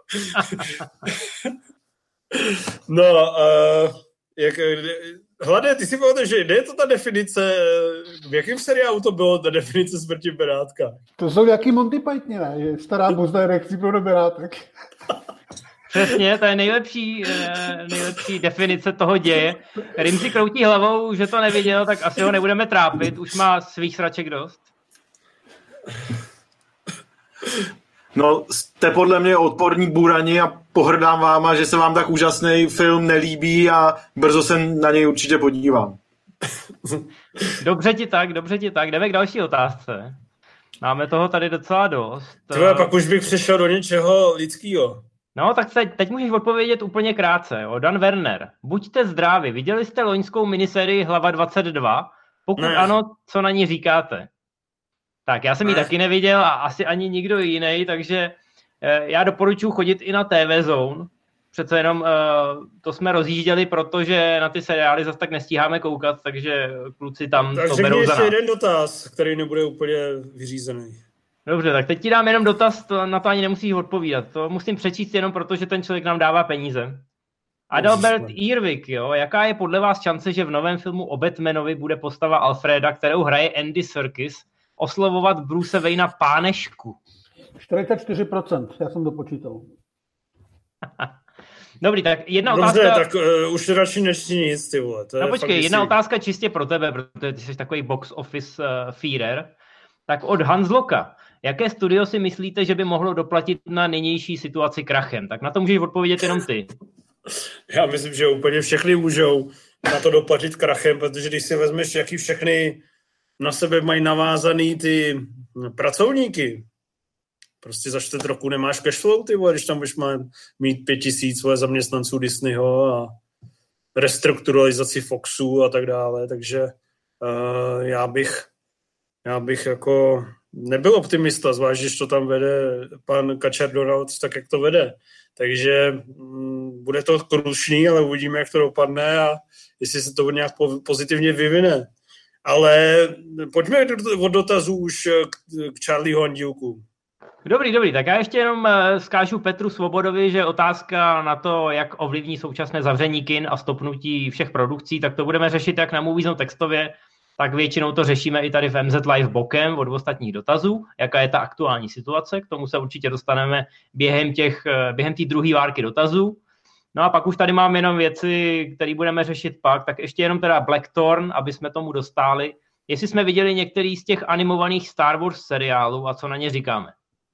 Speaker 1: No, Hlade, ty si pamatuješ, že je to ta definice, v jakém seriálu to bylo, ta definice Smrti v Benátkách?
Speaker 2: To jsou jaký Monty Pythoni, ne? Že stará buzda reakcí do Benátek.
Speaker 3: Přesně, to je nejlepší definice toho děje. Rimzi kroutí hlavou, že to neviděl, tak asi ho nebudeme trápit, už má svých sraček dost.
Speaker 4: No, jste podle mě odporní burani a pohrdám váma, že se vám tak úžasný film nelíbí a brzo se na něj určitě podívám.
Speaker 3: Dobře ti tak. Jdeme k další otázce. Máme toho tady docela dost.
Speaker 1: Tvoje, pak už bych přešel do něčeho lidského.
Speaker 3: No, tak teď můžeš odpovědět úplně krátce. Jo. Dan Werner, buďte zdraví. Viděli jste loňskou minisérii Hlava 22? Pokud ne. Ano, co na ní říkáte? Tak, já jsem ji taky neviděl a asi ani nikdo jiný, takže já doporučuji chodit i na TV Zone. Přece jenom to jsme rozjížděli, protože na ty seriály zase tak nestíháme koukat, takže kluci tam
Speaker 1: tak
Speaker 3: to berou za nás.
Speaker 1: Takže ještě jeden dotaz, který nebude úplně vyřízený.
Speaker 3: Dobře, tak teď ti dám jenom dotaz, na to ani nemusíš odpovídat. To musím přečíst jenom proto, že ten člověk nám dává peníze. Adalbert Irvik, jo, jaká je podle vás šance, že v novém filmu o Batmanovi bude postava Alfreda, kterou hraje Andy Serkis, oslovovat Bruce Wayna pánešku?
Speaker 2: 44%, já jsem dopočítal.
Speaker 3: Dobrý, tak jedna
Speaker 1: Dobře,
Speaker 3: otázka...
Speaker 1: tak už radši nečti nic, ty vole.
Speaker 3: No počkej, jedna otázka čistě pro tebe, protože ty jsi takový box office feeder. Tak od Hansloka. Jaké studio si myslíte, že by mohlo doplatit na nynější situaci krachem? Tak na to můžeš odpovědět jenom ty.
Speaker 1: Já myslím, že úplně všechny můžou na to doplatit krachem, protože když si vezmeš, jaký všechny na sebe mají navázaný ty pracovníky, prostě za 4 roku nemáš cashflow, ty vole, když tam budeš mít 5,000 zaměstnanců Disneyho a restrukturalizaci Foxu a tak dále, takže já bych jako nebyl optimista, zvlášť, když to tam vede pan Kačer Donald, tak jak to vede. Takže bude to krušný, ale uvidíme, jak to dopadne a jestli se to nějak pozitivně vyvine. Ale pojďme od dotazů už k Charlieho Andílku.
Speaker 3: Dobrý, tak já ještě jenom zkážu Petru Svobodovi, že otázka na to, jak ovlivní současné zavření kin a stopnutí všech produkcí, tak to budeme řešit jak na Moviezone textově, tak většinou to řešíme i tady v MZ Live bokem od ostatních dotazů, jaká je ta aktuální situace, k tomu se určitě dostaneme během té druhé várky dotazů. No a pak už tady mám jenom věci, které budeme řešit pak, tak ještě jenom teda Blackthorn, aby jsme tomu dostali. Jestli jsme viděli některý z těch animovaných Star Wars seriálů a co na ně říkáme.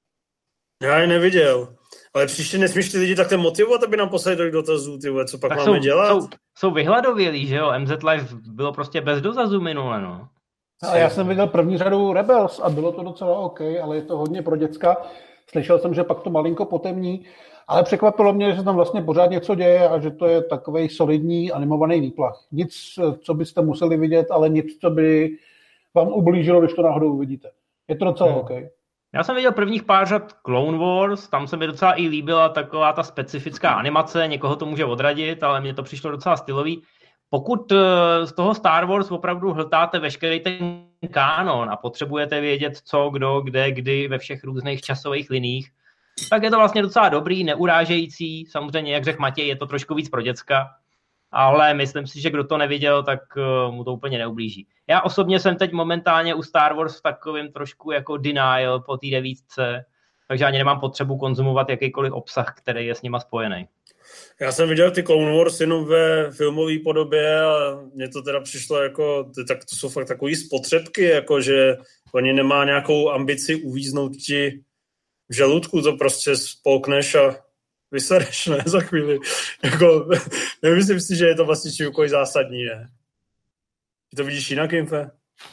Speaker 1: Já je neviděl, ale příště nesmíš ty lidi takhle motivovat, aby nám poslali do dotazů, ty vole, co pak tak máme dělat?
Speaker 3: Jsou vyhladovělí, že jo? MZ Live bylo prostě bez dotazů minule, no.
Speaker 2: A já jsem viděl první řadu Rebels a bylo to docela OK, ale je to hodně pro děcka. Slyšel jsem, že pak to malinko potemní, ale překvapilo mě, že se tam vlastně pořád něco děje a že to je takovej solidní animovaný výplach. Nic, co byste museli vidět, ale nic, co by vám ublížilo, když to náhodou uvidíte. Je to docela OK.
Speaker 3: Já jsem viděl prvních pár řad Clone Wars, tam se mi docela i líbila taková ta specifická animace, někoho to může odradit, ale mně to přišlo docela stylový. Pokud z toho Star Wars opravdu hltáte veškerý ten kánon a potřebujete vědět co, kdo, kde, kdy ve všech různých časových liních, tak je to vlastně docela dobrý, neurážející. Samozřejmě, jak řekl Matěj, je to trošku víc pro děcka, ale myslím si, že kdo to neviděl, tak mu to úplně neublíží. Já osobně jsem teď momentálně u Star Wars v takovém trošku jako denial po té 9, takže ani nemám potřebu konzumovat jakýkoliv obsah, který je s nima spojený.
Speaker 1: Já jsem viděl ty Clone Wars jenom ve filmové podobě a mně to teda přišlo jako, tak to jsou fakt takový spotřebky, jako že oni nemá nějakou ambici uvíznout ti v žaludku, to prostě spolkneš a vysereš, ne, za chvíli. Jako, nemyslím si, že je to vlastně čivkoj zásadní, ne? Ty to vidíš jinak, Infe?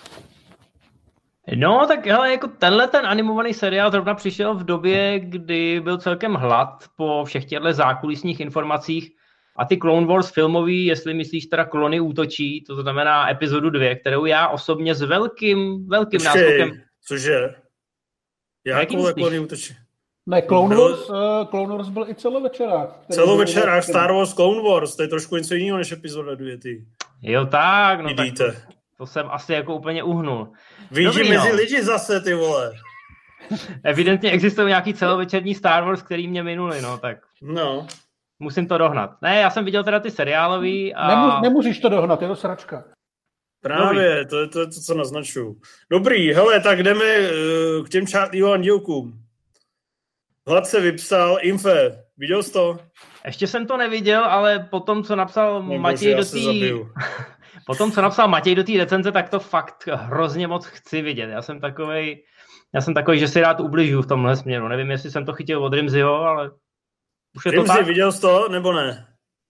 Speaker 3: No, tak hele, jako tenhle ten animovaný seriál zrovna přišel v době, kdy byl celkem hlad po všech těchto zákulisních informacích a ty Clone Wars filmový, jestli myslíš teda Klony útočí, to znamená epizodu 2, kterou já osobně s velkým náskokem...
Speaker 1: Cože? Jakou Klony útočí?
Speaker 2: Ne, Clone Wars byl i celovečerák.
Speaker 1: Celovečerák Star Wars Clone Wars, to je trošku něco jiného než epizoda 2, ty.
Speaker 3: Jo tak, no
Speaker 1: Vidíte.
Speaker 3: Tak to jsem asi jako úplně uhnul.
Speaker 1: Vidí mezi lidi zase, ty vole.
Speaker 3: Evidentně existují nějaký celovečerní Star Wars, který mě minuli, no tak.
Speaker 1: No.
Speaker 3: Musím to dohnat. Ne, já jsem viděl teda ty seriálový a...
Speaker 2: Nemůžeš to dohnat, je to sračka.
Speaker 1: Právě, to je to, co naznačuju. Dobrý, hele, tak jdeme k těm Charlieho Andílkům. Hlad se vypsal, Infe, viděl jsi to?
Speaker 3: Ještě jsem to neviděl, ale potom, co napsal Matěj do té... Potom, co napsal Matěj do té recenze, tak to fakt hrozně moc chci vidět. Já jsem takovej, že si rád ubližuju v tomhle směru. Nevím, jestli jsem to chytil od Rimziho, ale už je to tak.
Speaker 1: Viděl jsi to, nebo ne?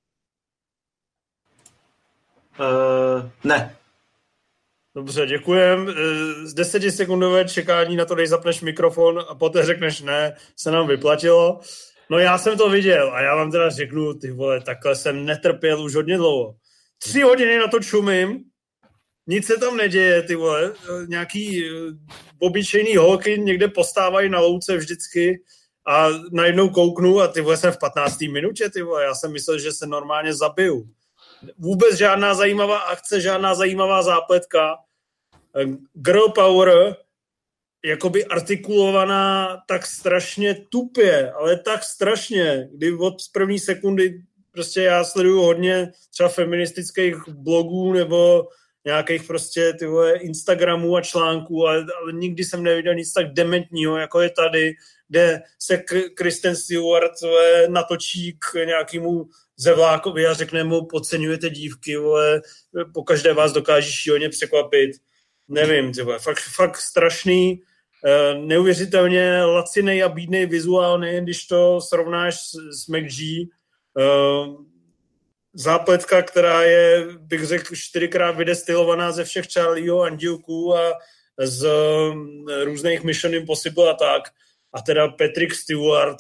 Speaker 4: Ne.
Speaker 1: Dobře, děkujem. Z 10sekundové čekání na to, než zapneš mikrofon a poté řekneš ne, se nám vyplatilo. No já jsem to viděl a já vám teda řeknu, ty vole, takhle jsem netrpěl už hodně dlouho. 3 hodiny na to čumím, nic se tam neděje, ty vole, nějaký obyčejný holky někde postávají na louce vždycky a najednou kouknu a ty vole, jsem v 15. minutě, ty vole, já jsem myslel, že se normálně zabiju. Vůbec žádná zajímavá akce, žádná zajímavá zápletka. Girl power, jakoby artikulovaná tak strašně tupě, ale tak strašně, kdy od první sekundy prostě já sleduju hodně třeba feministických blogů nebo nějakých prostě ty vole Instagramů a článků, ale nikdy jsem neviděl nic tak dementního, jako je tady, kde se Kristen Stewart natočí k nějakému Zevlákovi a řekne mu, podceňujete dívky, vole, pokaždé vás dokáží šíleně překvapit. nevím, tyhle, fakt strašný, neuvěřitelně lacinej a bídnej vizuálně, když to srovnáš s McG. Zápletka, která je, bych řekl, 4krát vydestilovaná ze všech Charlieho andílků a z různých Mission Impossible a tak. A teda Patrick Stewart,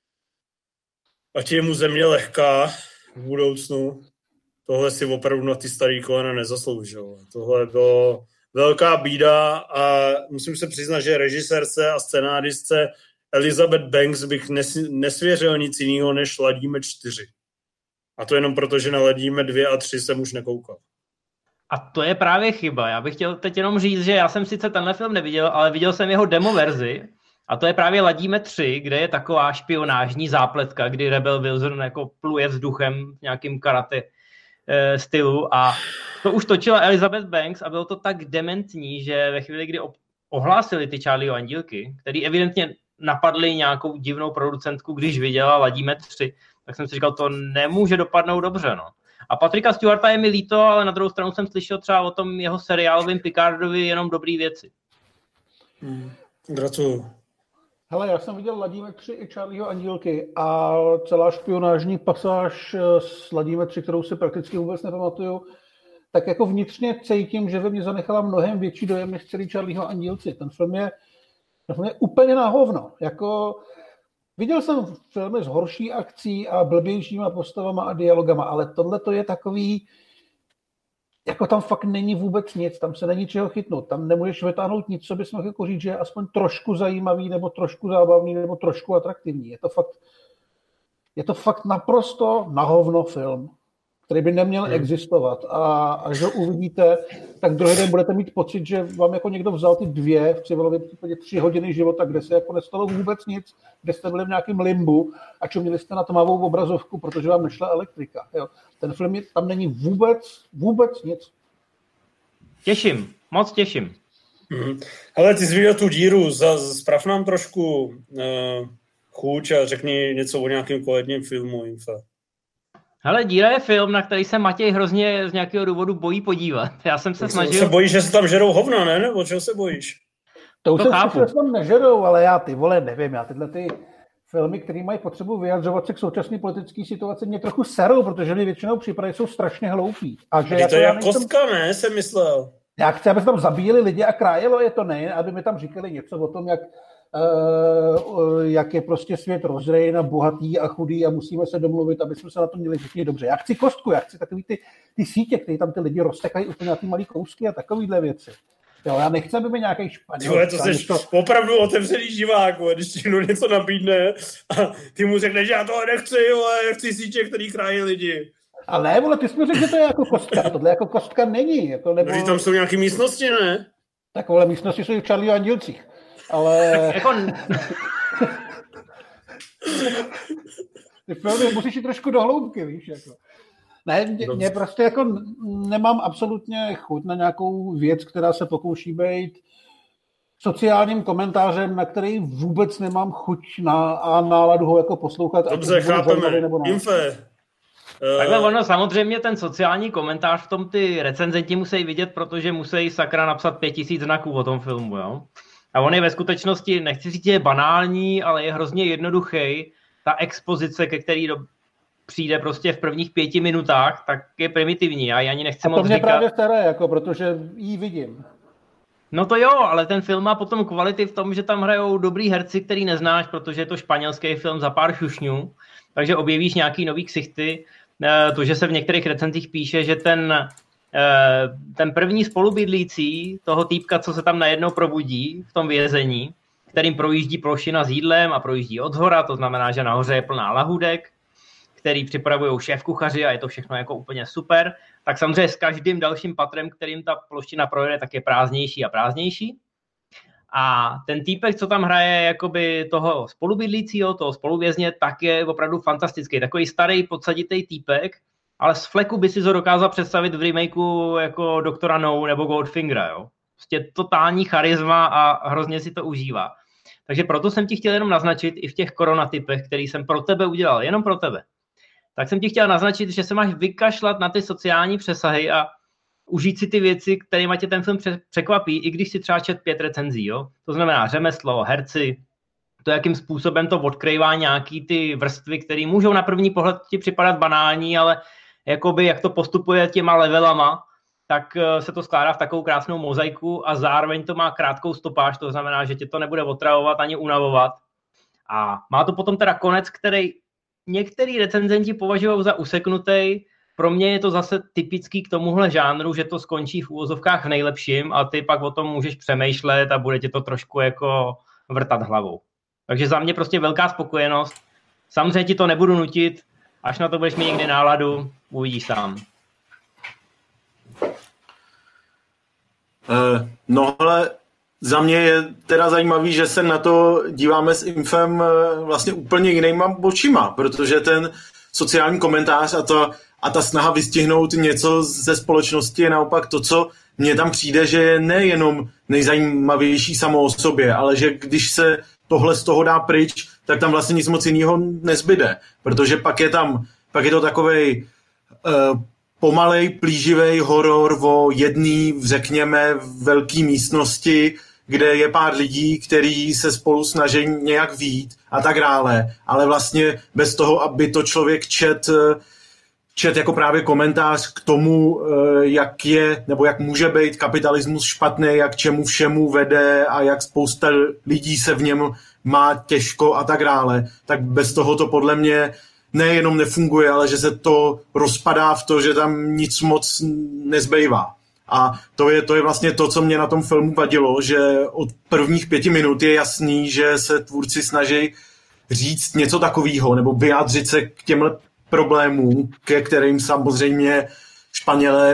Speaker 1: ať je mu země lehká v budoucnu. Tohle si opravdu na ty starý kolena nezasloužil. Tohle bylo velká bída a musím se přiznat, že režisérce a scenáristce Elizabeth Banks bych nesvěřil nic jiného, než Ladíme 4. A to jenom proto, že na Ladíme 2 a 3 jsem už nekoukal.
Speaker 3: A to je právě chyba. Já bych chtěl teď jenom říct, že já jsem sice tenhle film neviděl, ale viděl jsem jeho demo verzi. A to je právě Ladíme 3, kde je taková špionážní zápletka, kdy Rebel Wilson jako pluje vzduchem v nějakým karate stylu. A to už točila Elizabeth Banks a bylo to tak dementní, že ve chvíli, kdy ohlásili ty Charlieho andílky, který evidentně napadli nějakou divnou producentku, když viděla Ladíme 3, tak jsem si říkal, to nemůže dopadnout dobře, no. A Patricka Stewarta je mi líto, ale na druhou stranu jsem slyšel třeba o tom jeho seriálovým Picardovi jenom dobrý věci.
Speaker 1: Gratuluju.
Speaker 2: Hele, já jsem viděl Ladíme 3 i Charlieho andílky a celá špionážní pasáž s Ladíme 3, kterou si prakticky vůbec nepamatuju, tak jako vnitřně cítím, že ve mně zanechala mnohem větší dojem než celý Charlieho andílci. Ten film je úplně na hovno. Jako, viděl jsem filmy s horší akcí a blbějšíma postavama a dialogama, ale tohle to je takový, jako tam fakt není vůbec nic, tam se není čeho chytnout, tam nemůžeš vytáhnout nic, co bys mohl jako říct, že je aspoň trošku zajímavý, nebo trošku zábavný, nebo trošku atraktivní. Je to fakt naprosto na hovno film, který by neměl existovat. A až ho uvidíte, tak druhý den budete mít pocit, že vám jako někdo vzal ty dvě, v Civilově případě 3 hodiny života, kde se jako nestalo vůbec nic, kde jste byli v nějakém limbu a čuměli jste na tmavou obrazovku, protože vám nešla elektrika. Jo. Ten film tam není vůbec nic.
Speaker 3: Moc těším.
Speaker 1: Hele, ty jsi viděl tu díru, zprav nám trošku chuť a řekni něco o nějakém kvalitním filmu, Infa.
Speaker 3: Hele, Díra je film, na který se Matěj hrozně z nějakého důvodu bojí podívat. Já jsem se snažil...
Speaker 1: Se bojíš, že se tam žerou hovna, ne? Nebo čeho se bojíš?
Speaker 2: To už se tam nežerou, ale já ty vole nevím. Já tyhle ty filmy, které mají potřebu vyjadřovat se k současné politické situaci, mě trochu serou, protože mi většinou připadají, jsou strašně hloupí. A že
Speaker 1: jako to je jak kostka, ne? Jsem myslel.
Speaker 2: Já chci, aby se tam zabíjeli lidi a krájelo je to, ne? Aby mi tam říkali něco o tom, jak je prostě svět rozřejen a bohatý a chudý a musíme se domluvit, aby jsme se na to měli všichni dobře. Já chci kostku, já chci takový ty sítě, které tam ty lidi roztekají úplně na ty malý kousky a takovýhle věci. Jo, já nechci, aby mi nějaký Španěl...
Speaker 1: To jsi opravdu otevřený divák, když ti něco nabídne a ty mu řekneš, že já toho nechci, ale chci sítě, který krájí lidi.
Speaker 2: Ale ne, vole, ty jsi mi řekl, že to je jako kostka. Tohle jako kostka není. Jako, nebo...
Speaker 1: No, tam jsou nějaké místnosti, ne?
Speaker 2: Tak vole, místnosti jsou v Charlieho andílcích. Ale... Ty filmy musíš jít trošku do hloubky, víš, jako. Ne, mě prostě jako nemám absolutně chuť na nějakou věc, která se pokouší být sociálním komentářem, na který vůbec nemám chuť a náladu ho jako poslouchat.
Speaker 1: Dobře, chápeme. Infe.
Speaker 3: Takhle ono, samozřejmě ten sociální komentář v tom ty recenzenti musí vidět, protože musí sakra napsat 5000 znaků o tom filmu, jo. A on je ve skutečnosti, nechci říct, že je banální, ale je hrozně jednoduchý. Ta expozice, ke který přijde prostě v prvních 5 minutách, tak je primitivní. Já ji ani nechci moc říkat.
Speaker 2: To mě právě staré, jako, protože ji vidím.
Speaker 3: No to jo, ale ten film má potom kvality v tom, že tam hrajou dobrý herci, který neznáš, protože je to španělský film za pár šušňů, takže objevíš nějaký nový ksichty. To, že se v některých recenzích píše, že ten první spolubydlící toho týpka, co se tam najednou probudí v tom vězení, kterým projíždí plošina s jídlem a projíždí od zhora, to znamená, že nahoře je plná lahůdek, který připravují šéfkuchaři a je to všechno jako úplně super, tak samozřejmě s každým dalším patrem, kterým ta plošina projede, tak je prázdnější a prázdnější. A ten týpek, co tam hraje jakoby toho spolubydlícího, toho spoluvězně, tak je opravdu fantastický. Takový starý, podsaditý týpek, ale z fleku by si to dokázal představit v remakeu jako Doktora No nebo Goldfingera, jo. Prostě totální charisma a hrozně si to užívá. Takže proto jsem ti chtěl jenom naznačit i v těch koronatypech, který jsem pro tebe udělal, jenom pro tebe. Tak jsem ti chtěl naznačit, že se máš vykašlat na ty sociální přesahy a užít si ty věci, kterými tě ten film překvapí, i když si třeba čet 5 recenzí, jo? To znamená řemeslo, herci, to, jakým způsobem to odkrývá nějaký ty vrstvy, které můžou na první pohled ti připadat banální, ale jakoby jak to postupuje těma levelama, tak se to skládá v takovou krásnou mozaiku a zároveň to má krátkou stopáž, to znamená, že tě to nebude otravovat ani unavovat. A má to potom teda konec, který některý recenzenti považují za useknutý. Pro mě je to zase typický k tomuhle žánru, že to skončí v úvozovkách v nejlepším a ty pak o tom můžeš přemýšlet a bude tě to trošku jako vrtat hlavou. Takže za mě prostě velká spokojenost. Samozřejmě ti to nebudu nutit, až na to budeš mít někdy náladu, uvidíš sám.
Speaker 4: No ale za mě je teda zajímavý, že se na to díváme s Infem vlastně úplně jinýma očima, protože ten sociální komentář a ta snaha vystihnout něco ze společnosti je naopak to, co mně tam přijde, že je nejenom nejzajímavější samo o sobě, ale že když se tohle z toho dá pryč, tak tam vlastně nic moc jiného nezbyde, protože pak je to takovej pomalej, plíživej horor o jedné, řekněme, velké místnosti, kde je pár lidí, kteří se spolu snaží nějak vyjít a tak dále, ale vlastně bez toho, aby to člověk čet jako právě komentář k tomu, jak je, nebo jak může být kapitalismus špatný, jak čemu všemu vede a jak spousta lidí se v něm má těžko a tak dále, tak bez toho to podle mě nejenom nefunguje, ale že se to rozpadá v to, že tam nic moc nezbývá. A to je vlastně to, co mě na tom filmu vadilo, že od prvních 5 minut je jasný, že se tvůrci snaží říct něco takového, nebo vyjádřit se k těmhle problémům, ke kterým samozřejmě Španělé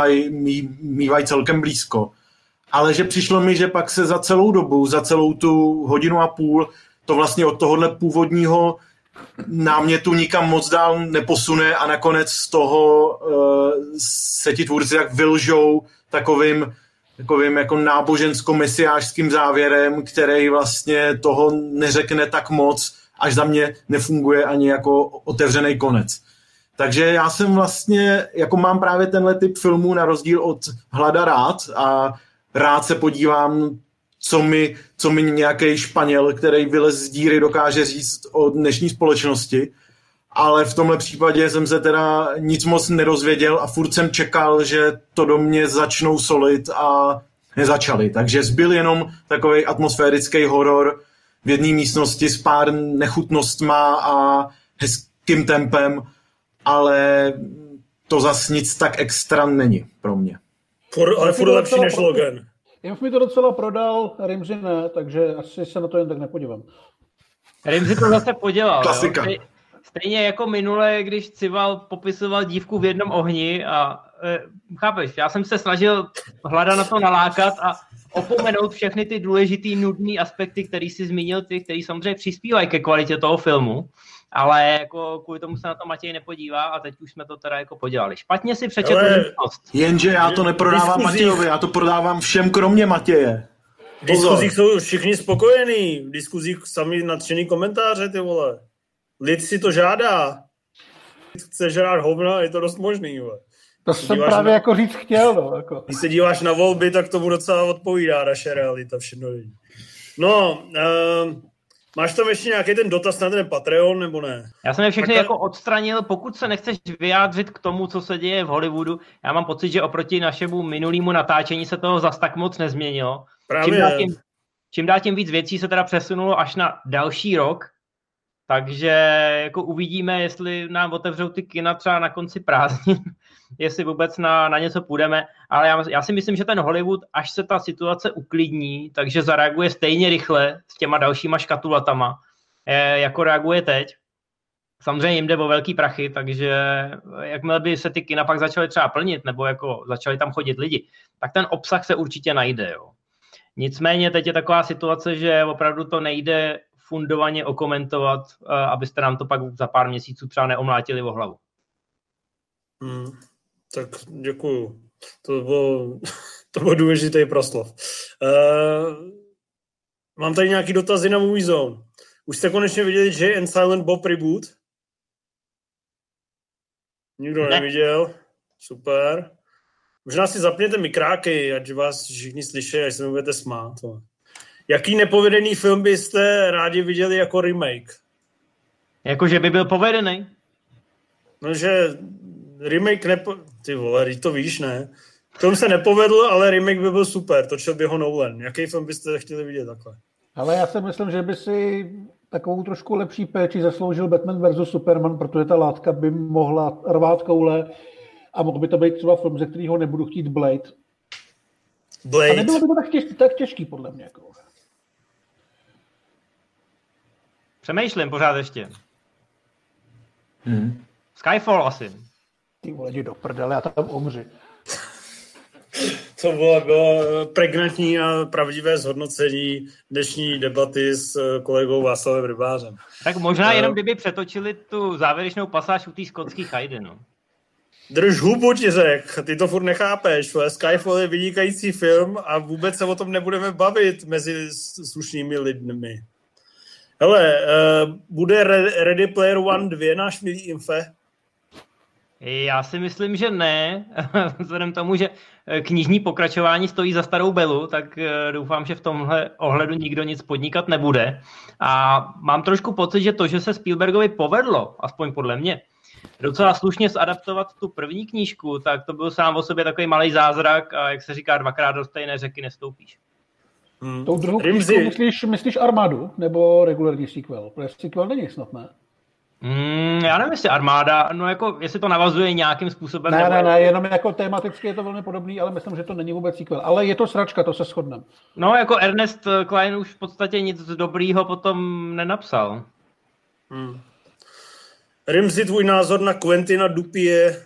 Speaker 4: mývají celkem blízko. Ale že přišlo mi, že pak se za celou dobu, za celou tu hodinu a půl, to vlastně od tohohle původního námětu nikam moc dál neposune a nakonec z toho se ti tvůrci jak vylžou takovým jako nábožensko-mesiářským závěrem, který vlastně toho neřekne tak moc, až za mě nefunguje ani jako otevřený konec. Takže já jsem vlastně, jako mám právě tenhle typ filmů na rozdíl od Hlada rád a rád se podívám, co mi nějaký Španěl, který vylez z díry, dokáže říct o dnešní společnosti. Ale v tomhle případě jsem se teda nic moc nerozvěděl a furt jsem čekal, že to do mě začnou solit a nezačali. Takže zbyl jenom takový atmosférický horor v jedné místnosti s pár nechutnostma a hezkým tempem, ale to zas nic tak extra není pro mě.
Speaker 1: Ale furt lepší než Logan.
Speaker 2: Inf mi to docela prodal, Rimzi ne, takže asi se na to jen tak nepodívám.
Speaker 3: Rimzi to zase podělal.
Speaker 4: Klasika.
Speaker 3: Jo? Stejně jako minule, když Cival popisoval Dívku v jednom ohni a chápeš, já jsem se snažil Hlada na to nalákat a opomenout všechny ty důležitý, nudný aspekty, který si zmínil ty, který samozřejmě přispívají ke kvalitě toho filmu, ale jako kvůli tomu se na to Matěj nepodívá a teď už jsme to teda jako podělali. Špatně si přečetl nutnost.
Speaker 4: Jenže já to neprodávám Matějovi, já to prodávám všem kromě Matěje.
Speaker 1: V diskuzích jsou všichni spokojení, v diskuzích sami nadšený komentáře, ty vole. Lid si to žádá. Chce žrát hovna, je to dost možný, vole.
Speaker 2: To jsem právě jako říct chtěl, no. Jako.
Speaker 1: Když se díváš na volby, tak tomu docela odpovídá naše realita, všechno. No, máš tam ještě nějaký ten dotaz na ten Patreon, nebo ne?
Speaker 3: Já jsem je všechny jako odstranil, pokud se nechceš vyjádřit k tomu, co se děje v Hollywoodu, já mám pocit, že oproti našemu minulému natáčení se toho zas tak moc nezměnilo. Čím dál tím víc věcí se teda přesunulo až na další rok, takže jako uvidíme, jestli nám otevřou ty kina třeba na konci prázdnin, jestli vůbec na něco půjdeme, ale já si myslím, že ten Hollywood, až se ta situace uklidní, takže zareaguje stejně rychle s těma dalšíma škatulatama, jako reaguje teď. Samozřejmě jim jde o velký prachy, takže jakmile by se ty kina pak začaly třeba plnit, nebo jako začaly tam chodit lidi, tak ten obsah se určitě najde. Jo. Nicméně teď je taková situace, že opravdu to nejde fundovaně okomentovat, abyste nám to pak za pár měsíců třeba neomlátili o hlavu.
Speaker 1: Tak děkuju. To byl důležitý proslov. Mám tady nějaký dotazy na Movie Zone. Už jste konečně viděli Jay and Silent Bob reboot? Nikdo neviděl? Super. Možná si zapněte mikráky, ať vás všichni slyší, až se mi budete smát. Jaký nepovedený film byste rádi viděli jako remake?
Speaker 3: Jako, že by byl povedený?
Speaker 1: No, že remake Ty vole, to víš, ne? Film se nepovedl, ale remake by byl super. Točil by ho Nolan. Jaký film byste chtěli vidět takhle?
Speaker 2: Ale já si myslím, že by si takovou trošku lepší péči zasloužil Batman vs. Superman, protože ta látka by mohla rvát koule a mohl by to být třeba film, ze kterého nebudu chtít Blade. A nebylo by to tak těžký, podle mě. Jako.
Speaker 3: Přemýšlím pořád ještě. Skyfall asi.
Speaker 2: Ty vole, jdi do prdele, já tam umři.
Speaker 1: To bylo pregnantní a pravdivé zhodnocení dnešní debaty s kolegou Václavem Rybářem.
Speaker 3: Tak možná jenom kdyby přetočili tu závěrečnou pasáž u té skotské chajdy, no.
Speaker 1: Drž hubu, ti řek, ty to furt nechápeš. Skyfall je vynikající film a vůbec se o tom nebudeme bavit mezi slušnými lidmi. Hele, bude Ready Player One 2 náš milý Infe?
Speaker 3: Já si myslím, že ne. Vzhledem tomu, že knižní pokračování stojí za starou belu, tak doufám, že v tomhle ohledu nikdo nic podnikat nebude. A mám trošku pocit, že to, že se Spielbergovi povedlo, aspoň podle mě, docela slušně zadaptovat tu první knížku, tak to byl sám o sobě takový malý zázrak a jak se říká, dvakrát do stejné řeky nestoupíš.
Speaker 2: Tou druhou knížku myslíš Armádu nebo regulární sequel? Protože sequel není snad, ne?
Speaker 3: Já nevím, jestli Armáda, no jako, jestli to navazuje nějakým způsobem.
Speaker 2: Ne, jenom jako tematicky je to velmi podobný, ale myslím, že to není vůbec sequel. Ale je to sračka, to se shodneme.
Speaker 3: No, jako Ernest Cline už v podstatě nic dobrýho potom nenapsal.
Speaker 1: Rimzi, tvůj názor na Quentina Dupie?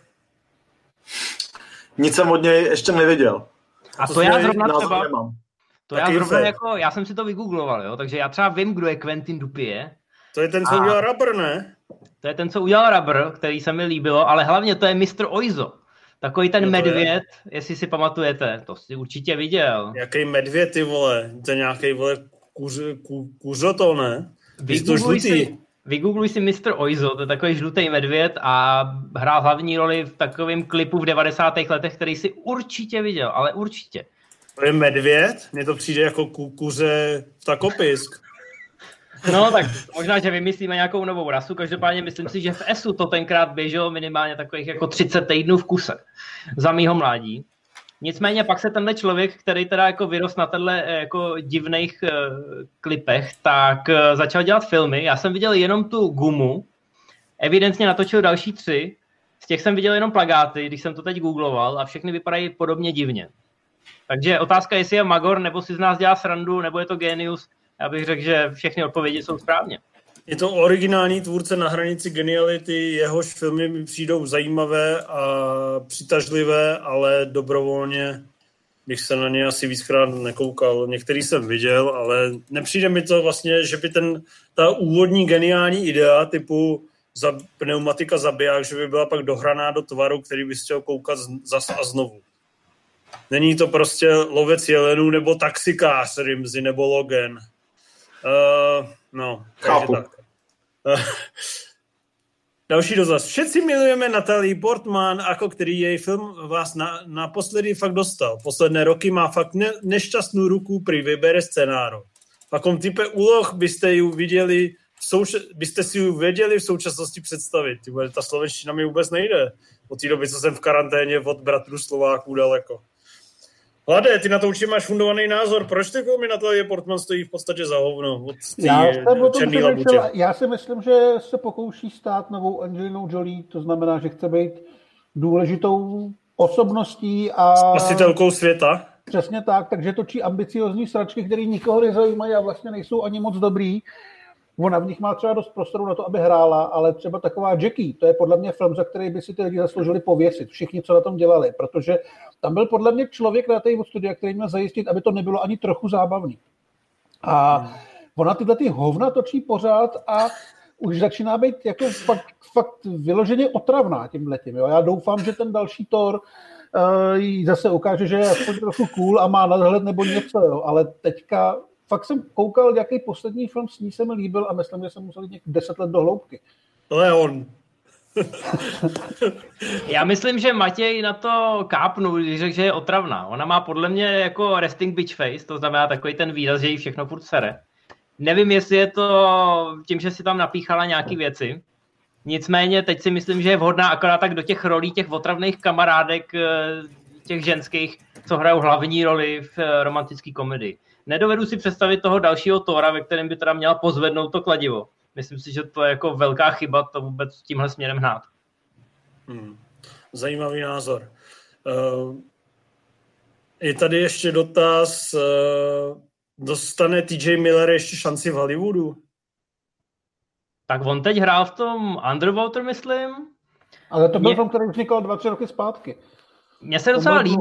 Speaker 4: Nic jsem od něj ještě neviděl.
Speaker 3: A to já zrovna třeba...
Speaker 4: Nemám.
Speaker 3: To já zrovna jako, já jsem si to vygoogloval, jo, takže já třeba vím, kdo je Quentin Dupie.
Speaker 1: To je ten, co udělal Rubber, ne?
Speaker 3: To je ten, co udělal Rubber, který se mi líbilo, ale hlavně to je Mr. Oizo. Takový ten medvěd, jestli si pamatujete, to si určitě viděl.
Speaker 1: Jaký medvěd, ty vole? To je nějaký, vole, kuřoto, ne?
Speaker 3: Vygoogluj si Mr. Oizo, to je takový žlutý medvěd a hrál hlavní roli v takovém klipu v 90. letech, který si určitě viděl, ale určitě.
Speaker 1: To je medvěd? Mně to přijde jako kuře vtakopisk.
Speaker 3: No tak možná, že vymyslíme nějakou novou rasu, každopádně myslím si, že v ESu to tenkrát běželo minimálně takových jako 30 týdnů v kuse za mýho mládí. Nicméně pak se tenhle člověk, který teda jako vyrost na tenhle jako divných klipech, tak začal dělat filmy. Já jsem viděl jenom tu Gumu, evidentně natočil další 3, z těch jsem viděl jenom plagáty, když jsem to teď googloval a všechny vypadají podobně divně. Takže otázka, jestli je magor, nebo si z nás dělá srandu, nebo je to génius, já bych řekl, že všechny odpovědi jsou správně.
Speaker 1: Je to originální tvůrce na hranici geniality, jehož filmy mi přijdou zajímavé a přitažlivé, ale dobrovolně bych se na ně asi víckrát nekoukal. Některý jsem viděl, ale nepřijde mi to vlastně, že by ta úvodní geniální idea typu pneumatika zabiják, že by byla pak dohraná do tvaru, který bys chtěl koukat zas a znovu. Není to prostě Lovec jelenů nebo Taxikář Rimzi nebo Logan. No,
Speaker 4: chápu.
Speaker 1: Tak. Další dotaz. Všetci milujeme Natalie Portman, jako který jej film vás naposledy fakt dostal. Posledné roky má fakt nešťastnou ruku pri vybere scénáru. V akom type úloh byste si ju věděli v současnosti představit? Ta slovenština mi vůbec nejde. Od té doby, co jsem v karanténě od bratrů Slováků daleko. Hlade, ty na to určitě máš fundovaný názor. Proč ty filmy Natalie Portman stojí v podstatě za hovno od černý labutě?
Speaker 2: Já si myslím, že se pokouší stát novou Angelinou Jolie, to znamená, že chce být důležitou osobností a...
Speaker 1: Spasitelkou světa.
Speaker 2: Přesně tak, takže točí ambiciozní sračky, které nikoho nezajímají a vlastně nejsou ani moc dobrý. Ona v nich má třeba dost prostoru na to, aby hrála, ale třeba taková Jackie, to je podle mě film, za který by si ty lidi zasloužili pověsit, všichni, co na tom dělali, protože tam byl podle mě člověk na té studia, který měl zajistit, aby to nebylo ani trochu zábavný. A ona tyhle ty hovna točí pořád a už začíná být jako fakt vyloženě otravná tímhletím. Jo? Já doufám, že ten další Thor jí zase ukáže, že je aspoň trochu cool a má nadhled nebo něco, jo? Ale teďka fakt jsem koukal, jaký poslední film s ní se mi líbil a myslím, že jsem musel jít 10 let do hloubky.
Speaker 1: Leon.
Speaker 3: Já myslím, že Matěj na to kápnul, když řekl, že je otravná. Ona má podle mě jako resting bitch face, to znamená takový ten výraz, že jí všechno furt sere. Nevím, jestli je to tím, že si tam napíchala nějaký věci. Nicméně teď si myslím, že je vhodná akorát tak do těch rolí těch otravných kamarádek, těch ženských, co hrajou hlavní roli v romantické komedii. Nedovedu si představit toho dalšího Thora, ve kterém by teda měla pozvednout to kladivo. Myslím si, že to je jako velká chyba to vůbec tímhle směrem hnát.
Speaker 1: Zajímavý názor. Je tady ještě dotaz, dostane TJ Miller ještě šanci v Hollywoodu?
Speaker 3: Tak on teď hrál v tom Underwater, myslím.
Speaker 2: Ale to byl film, který vznikal 2-3 roky zpátky.
Speaker 3: Mně se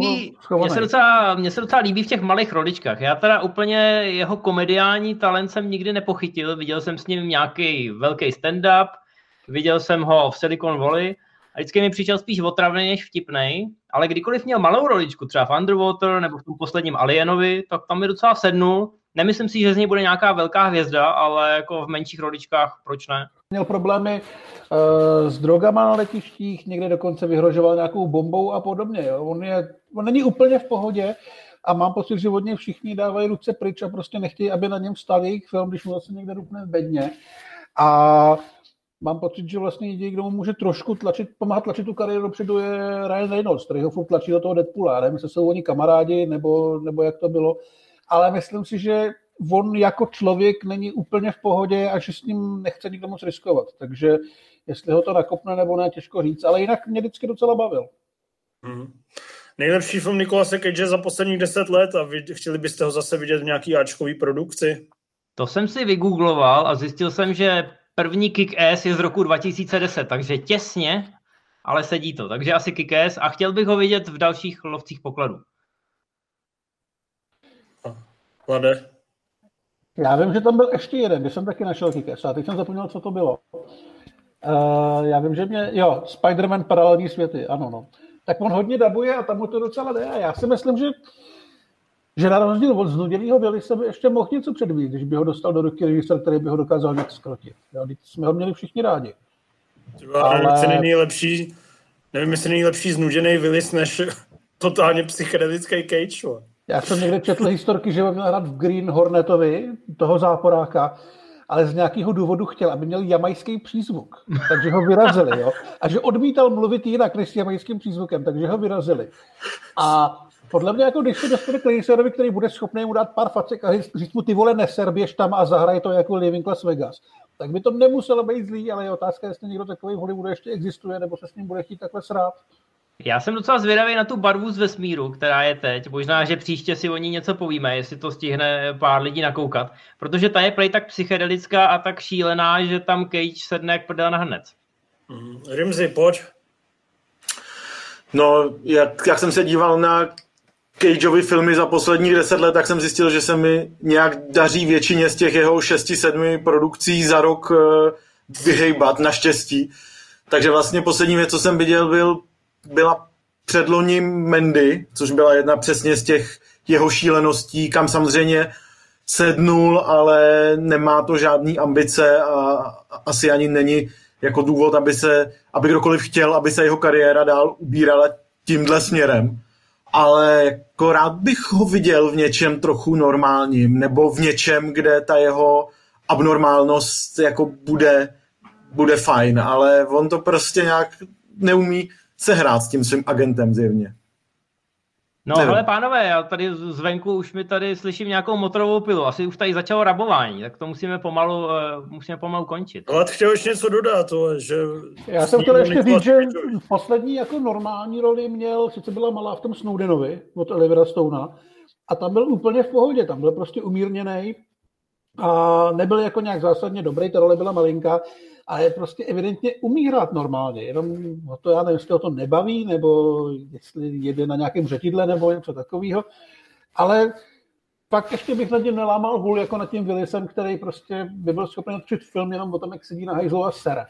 Speaker 3: docela líbí v těch malých roličkách. Já teda úplně jeho komediální talent jsem nikdy nepochytil. Viděl jsem s ním nějaký velký stand-up, viděl jsem ho v Silicon Valley a vždycky mi přišel spíš otravný než vtipnej, ale kdykoliv měl malou roličku, třeba v Underwater nebo v tom posledním Alienovi, tak tam mi docela sednul. Nemyslím si, že z něj bude nějaká velká hvězda, ale jako v menších roličkách, proč ne?
Speaker 2: Měl problémy s drogama na letištích, někde dokonce vyhrožoval nějakou bombou a podobně. Jo. On není úplně v pohodě a mám pocit, že od něj všichni dávají ruce pryč a prostě nechtějí, aby na něm stál jejich film, když mu zase někde rupne v bedně. A mám pocit, že vlastně jediný, kdo mu může trošku pomáhat tlačit tu kariéru dopředu, je Ryan Reynolds, který ho furt tlačí do toho Deadpoola. Já nevím, jestli jsou oni kamarádi, nebo jak to bylo. Ale myslím si, že on jako člověk není úplně v pohodě a že s ním nechce nikdo moc riskovat. Takže jestli ho to nakopne nebo ne, těžko říct. Ale jinak mě vždycky docela bavil.
Speaker 1: Nejlepší film Nicolase Cage za posledních 10 let a chtěli byste ho zase vidět v nějaký áčkový produkci?
Speaker 3: To jsem si vygoogloval a zjistil jsem, že první Kick-Ass je z roku 2010, takže těsně, ale sedí to. Takže asi Kick-Ass a chtěl bych ho vidět v dalších Lovcích pokladů.
Speaker 1: Lade?
Speaker 2: Já vím, že tam byl ještě jeden, když jsem taky našel Kick-Ass a teď jsem zapomněl, co to bylo. Já vím, že Spider-Man paralelní světy, ano, no. Tak on hodně dabuje a tam mu to docela jde. A já si myslím, že na rozdíl od znuděnýho Willise by ještě mohl něco předvít, když by ho dostal do ruky režisér, který by ho dokázal nějak zkrotit. Jo, jsme ho měli všichni rádi.
Speaker 1: Nevím, jestli není lepší znuděný Willis než totálně psychedelický Cage.
Speaker 2: Já jsem někde četl historky, že ho měl hrát v Green Hornetovi, toho záporáka, ale z nějakého důvodu chtěl, aby měl jamajský přízvuk, takže ho vyrazili, jo. A že odmítal mluvit jinak než s jamajským přízvukem, takže ho vyrazili. A podle mě, jako když se dostane k režisérovi, který bude schopný mu dát pár facek a říct mu, ty vole, neser, běž tam a zahraj to jako Living Las Vegas, tak by to nemuselo být zlý, ale je otázka, jestli někdo takový v Hollywoodu ještě existuje, nebo se s ním bude chtít takhle srát.
Speaker 3: Já jsem docela zvědavý na tu barvu z vesmíru, která je teď. Možná, že příště si o ní něco povíme, jestli to stihne pár lidí nakoukat. Protože ta je prej tak psychedelická a tak šílená, že tam Cage sedne jak prdel na hrnec.
Speaker 1: Rimzi, pojď.
Speaker 4: No, jak jsem se díval na Cageovy filmy za posledních 10 let, tak jsem zjistil, že se mi nějak daří většině z těch jeho 6-7 produkcí za rok vyhejbat, naštěstí. Takže vlastně poslední věc, co jsem viděl, byla předloni Mandy, což byla jedna přesně z těch jeho šíleností, kam samozřejmě sednul, ale nemá to žádný ambice a asi ani není jako důvod, aby kdokoliv chtěl, aby se jeho kariéra dál ubírala tímhle směrem. Ale jako rád bych ho viděl v něčem trochu normálním, nebo v něčem, kde ta jeho abnormálnost jako bude fajn, ale on to prostě nějak neumí se hrát s tím svým agentem zjevně.
Speaker 3: No hele pánové, já tady zvenku už mi tady slyším nějakou motorovou pilu, asi už tady začalo rabování, tak to musíme pomalu končit.
Speaker 1: Ale chtěl ještě něco dodat, že...
Speaker 2: Já jsem chtěl ještě říct, že poslední jako normální roli měl, sice byla malá v tom Snowdenovi od Olivera Stonea, a tam byl úplně v pohodě, tam byl prostě umírněnej a nebyl jako nějak zásadně dobrý, ta role byla malinká, ale prostě evidentně umí hrát normálně, jenom to já nevím, jestli ho to nebaví, nebo jestli jede na nějakém řetidle, nebo něco takového, ale pak ještě bych nad tím nelámal hůl, jako nad tím Willisem, který prostě by byl schopný natočit film jenom o tom, jak sedí na hajzlu a sere.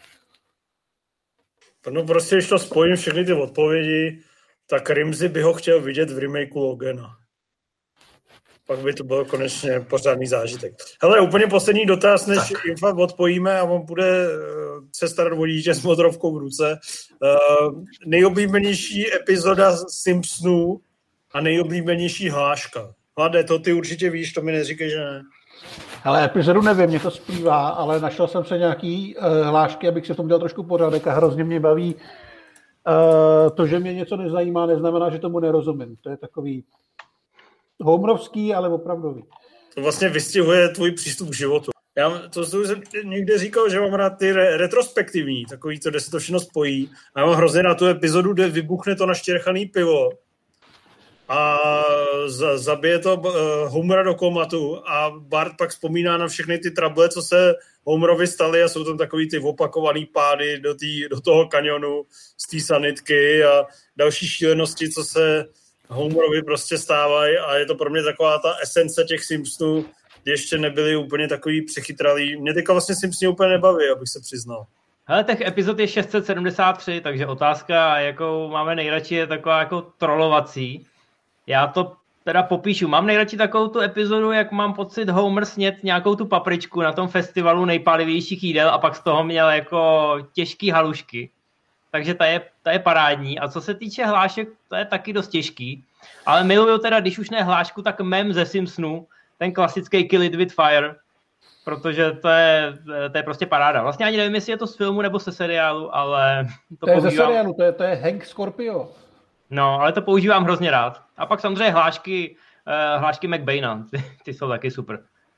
Speaker 1: No prostě, když to spojím všechny ty odpovědi, tak Rimzi by ho chtěl vidět v remakeu Logana. Pak by to bylo konečně pořádný zážitek. Hele, úplně poslední dotaz, než Infa odpojíme a on bude se starat o dítě s modrovkou v ruce. Nejoblíbenější epizoda Simpsonů a nejoblíbenější hláška. Hlade, to ty určitě víš, to mi neříkej, že ne.
Speaker 2: Ale epizodu nevím, mě to splývá, ale našel jsem se nějaký hlášky, abych si v tom dělal trošku pořádek a hrozně mě baví. To, že mě něco nezajímá, neznamená, že tomu nerozumím. To je takový homerovský, ale opravdový.
Speaker 1: To vlastně vystihuje tvůj přístup k životu. To jsem někde říkal, že mám rád ty retrospektivní, takový to, kde se to všechno spojí. A já mám hrozně na tu epizodu, kde vybuchne to naštěrchaný pivo a zabije to Homera do komatu a Bart pak vzpomíná na všechny ty trable, co se Homerovi staly a jsou tam takový ty opakovaný pády do toho kanionu z té sanitky a další šílenosti, co se Homerovi prostě stávají a je to pro mě taková ta esence těch Simpsonů, kdy ještě nebyli úplně takový přechytralí. Mě teďka vlastně Simpsoni úplně nebaví, abych se přiznal.
Speaker 3: Hele, těch epizod je 673, takže otázka, jakou máme nejradši, je taková jako trolovací. Já to teda popíšu. Mám nejradši takovou tu epizodu, jak mám pocit Homer snět nějakou tu papričku na tom festivalu nejpálivějších jídel a pak z toho měl jako těžký halušky. Takže ta je parádní. A co se týče hlášek, to je taky dost těžký. Ale miluju teda, když už ne hlášku, tak mem ze Simpsonů, ten klasický Kill It With Fire, protože to je prostě paráda. Vlastně ani nevím, jestli je to z filmu nebo ze seriálu, ale
Speaker 2: to je ze seriálu, to je Hank Scorpio.
Speaker 3: No, ale to používám hrozně rád. A pak samozřejmě hlášky McBaina, ty jsou taky super.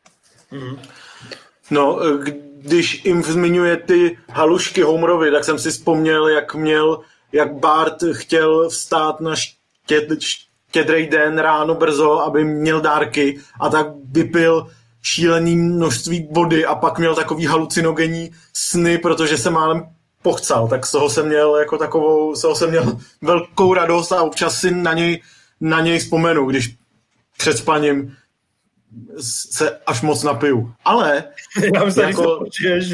Speaker 4: No, když jim zmiňuje ty halušky Homerovi, tak jsem si vzpomněl, jak Bart chtěl vstát na štědrý den ráno brzo, aby měl dárky a tak vypil šílený množství vody a pak měl takový halucinogenní sny, protože se málem pochcal, tak z toho jsem měl velkou radost a občas si na něj vzpomenu, když před spaním se až moc napiju. Ale
Speaker 1: já myslím, jako,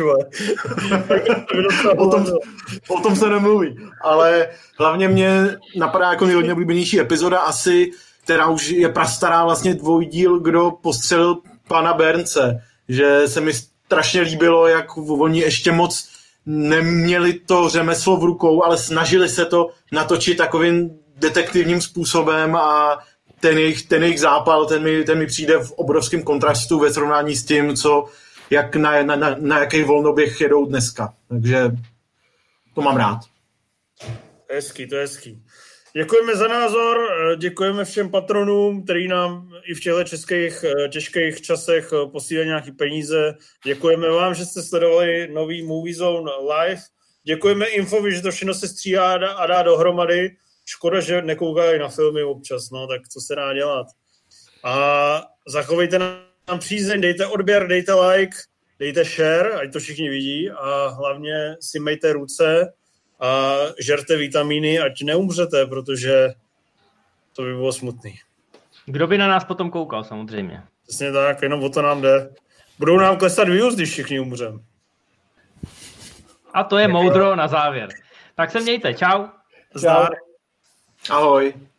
Speaker 4: o tom se nemluví. Ale hlavně mě napadá jako nejoblíbenější epizoda asi, která už je prastará vlastně dvojdíl, kdo postřelil pana Bernce. Že se mi strašně líbilo, jak oni ještě moc neměli to řemeslo v rukou, ale snažili se to natočit takovým detektivním způsobem a ten jejich zápal, ten mi přijde v obrovském kontrastu ve srovnání s tím, jak na jaký volnoběh jedou dneska. Takže to mám rád.
Speaker 1: To je hezký. Děkujeme za názor, děkujeme všem patronům, který nám i v těchto těžkých časech posílají nějaké peníze. Děkujeme vám, že jste sledovali nový Movie Zone live. Děkujeme Infovi, že to všechno se stříhá a dá dohromady. Škoda, že nekoukají na filmy občas, no, tak co se dá dělat. A zachovejte nám přízeň, dejte odběr, dejte like, dejte share, ať to všichni vidí a hlavně si mejte ruce a žerte vitamíny, ať neumřete, protože to by bylo smutný.
Speaker 3: Kdo by na nás potom koukal, samozřejmě.
Speaker 1: Přesně tak, jenom o to nám jde. Budou nám klesat views, když všichni umřem.
Speaker 3: A to je moudro na závěr. Tak se mějte, čau.
Speaker 1: Zdar.
Speaker 4: Ahoj.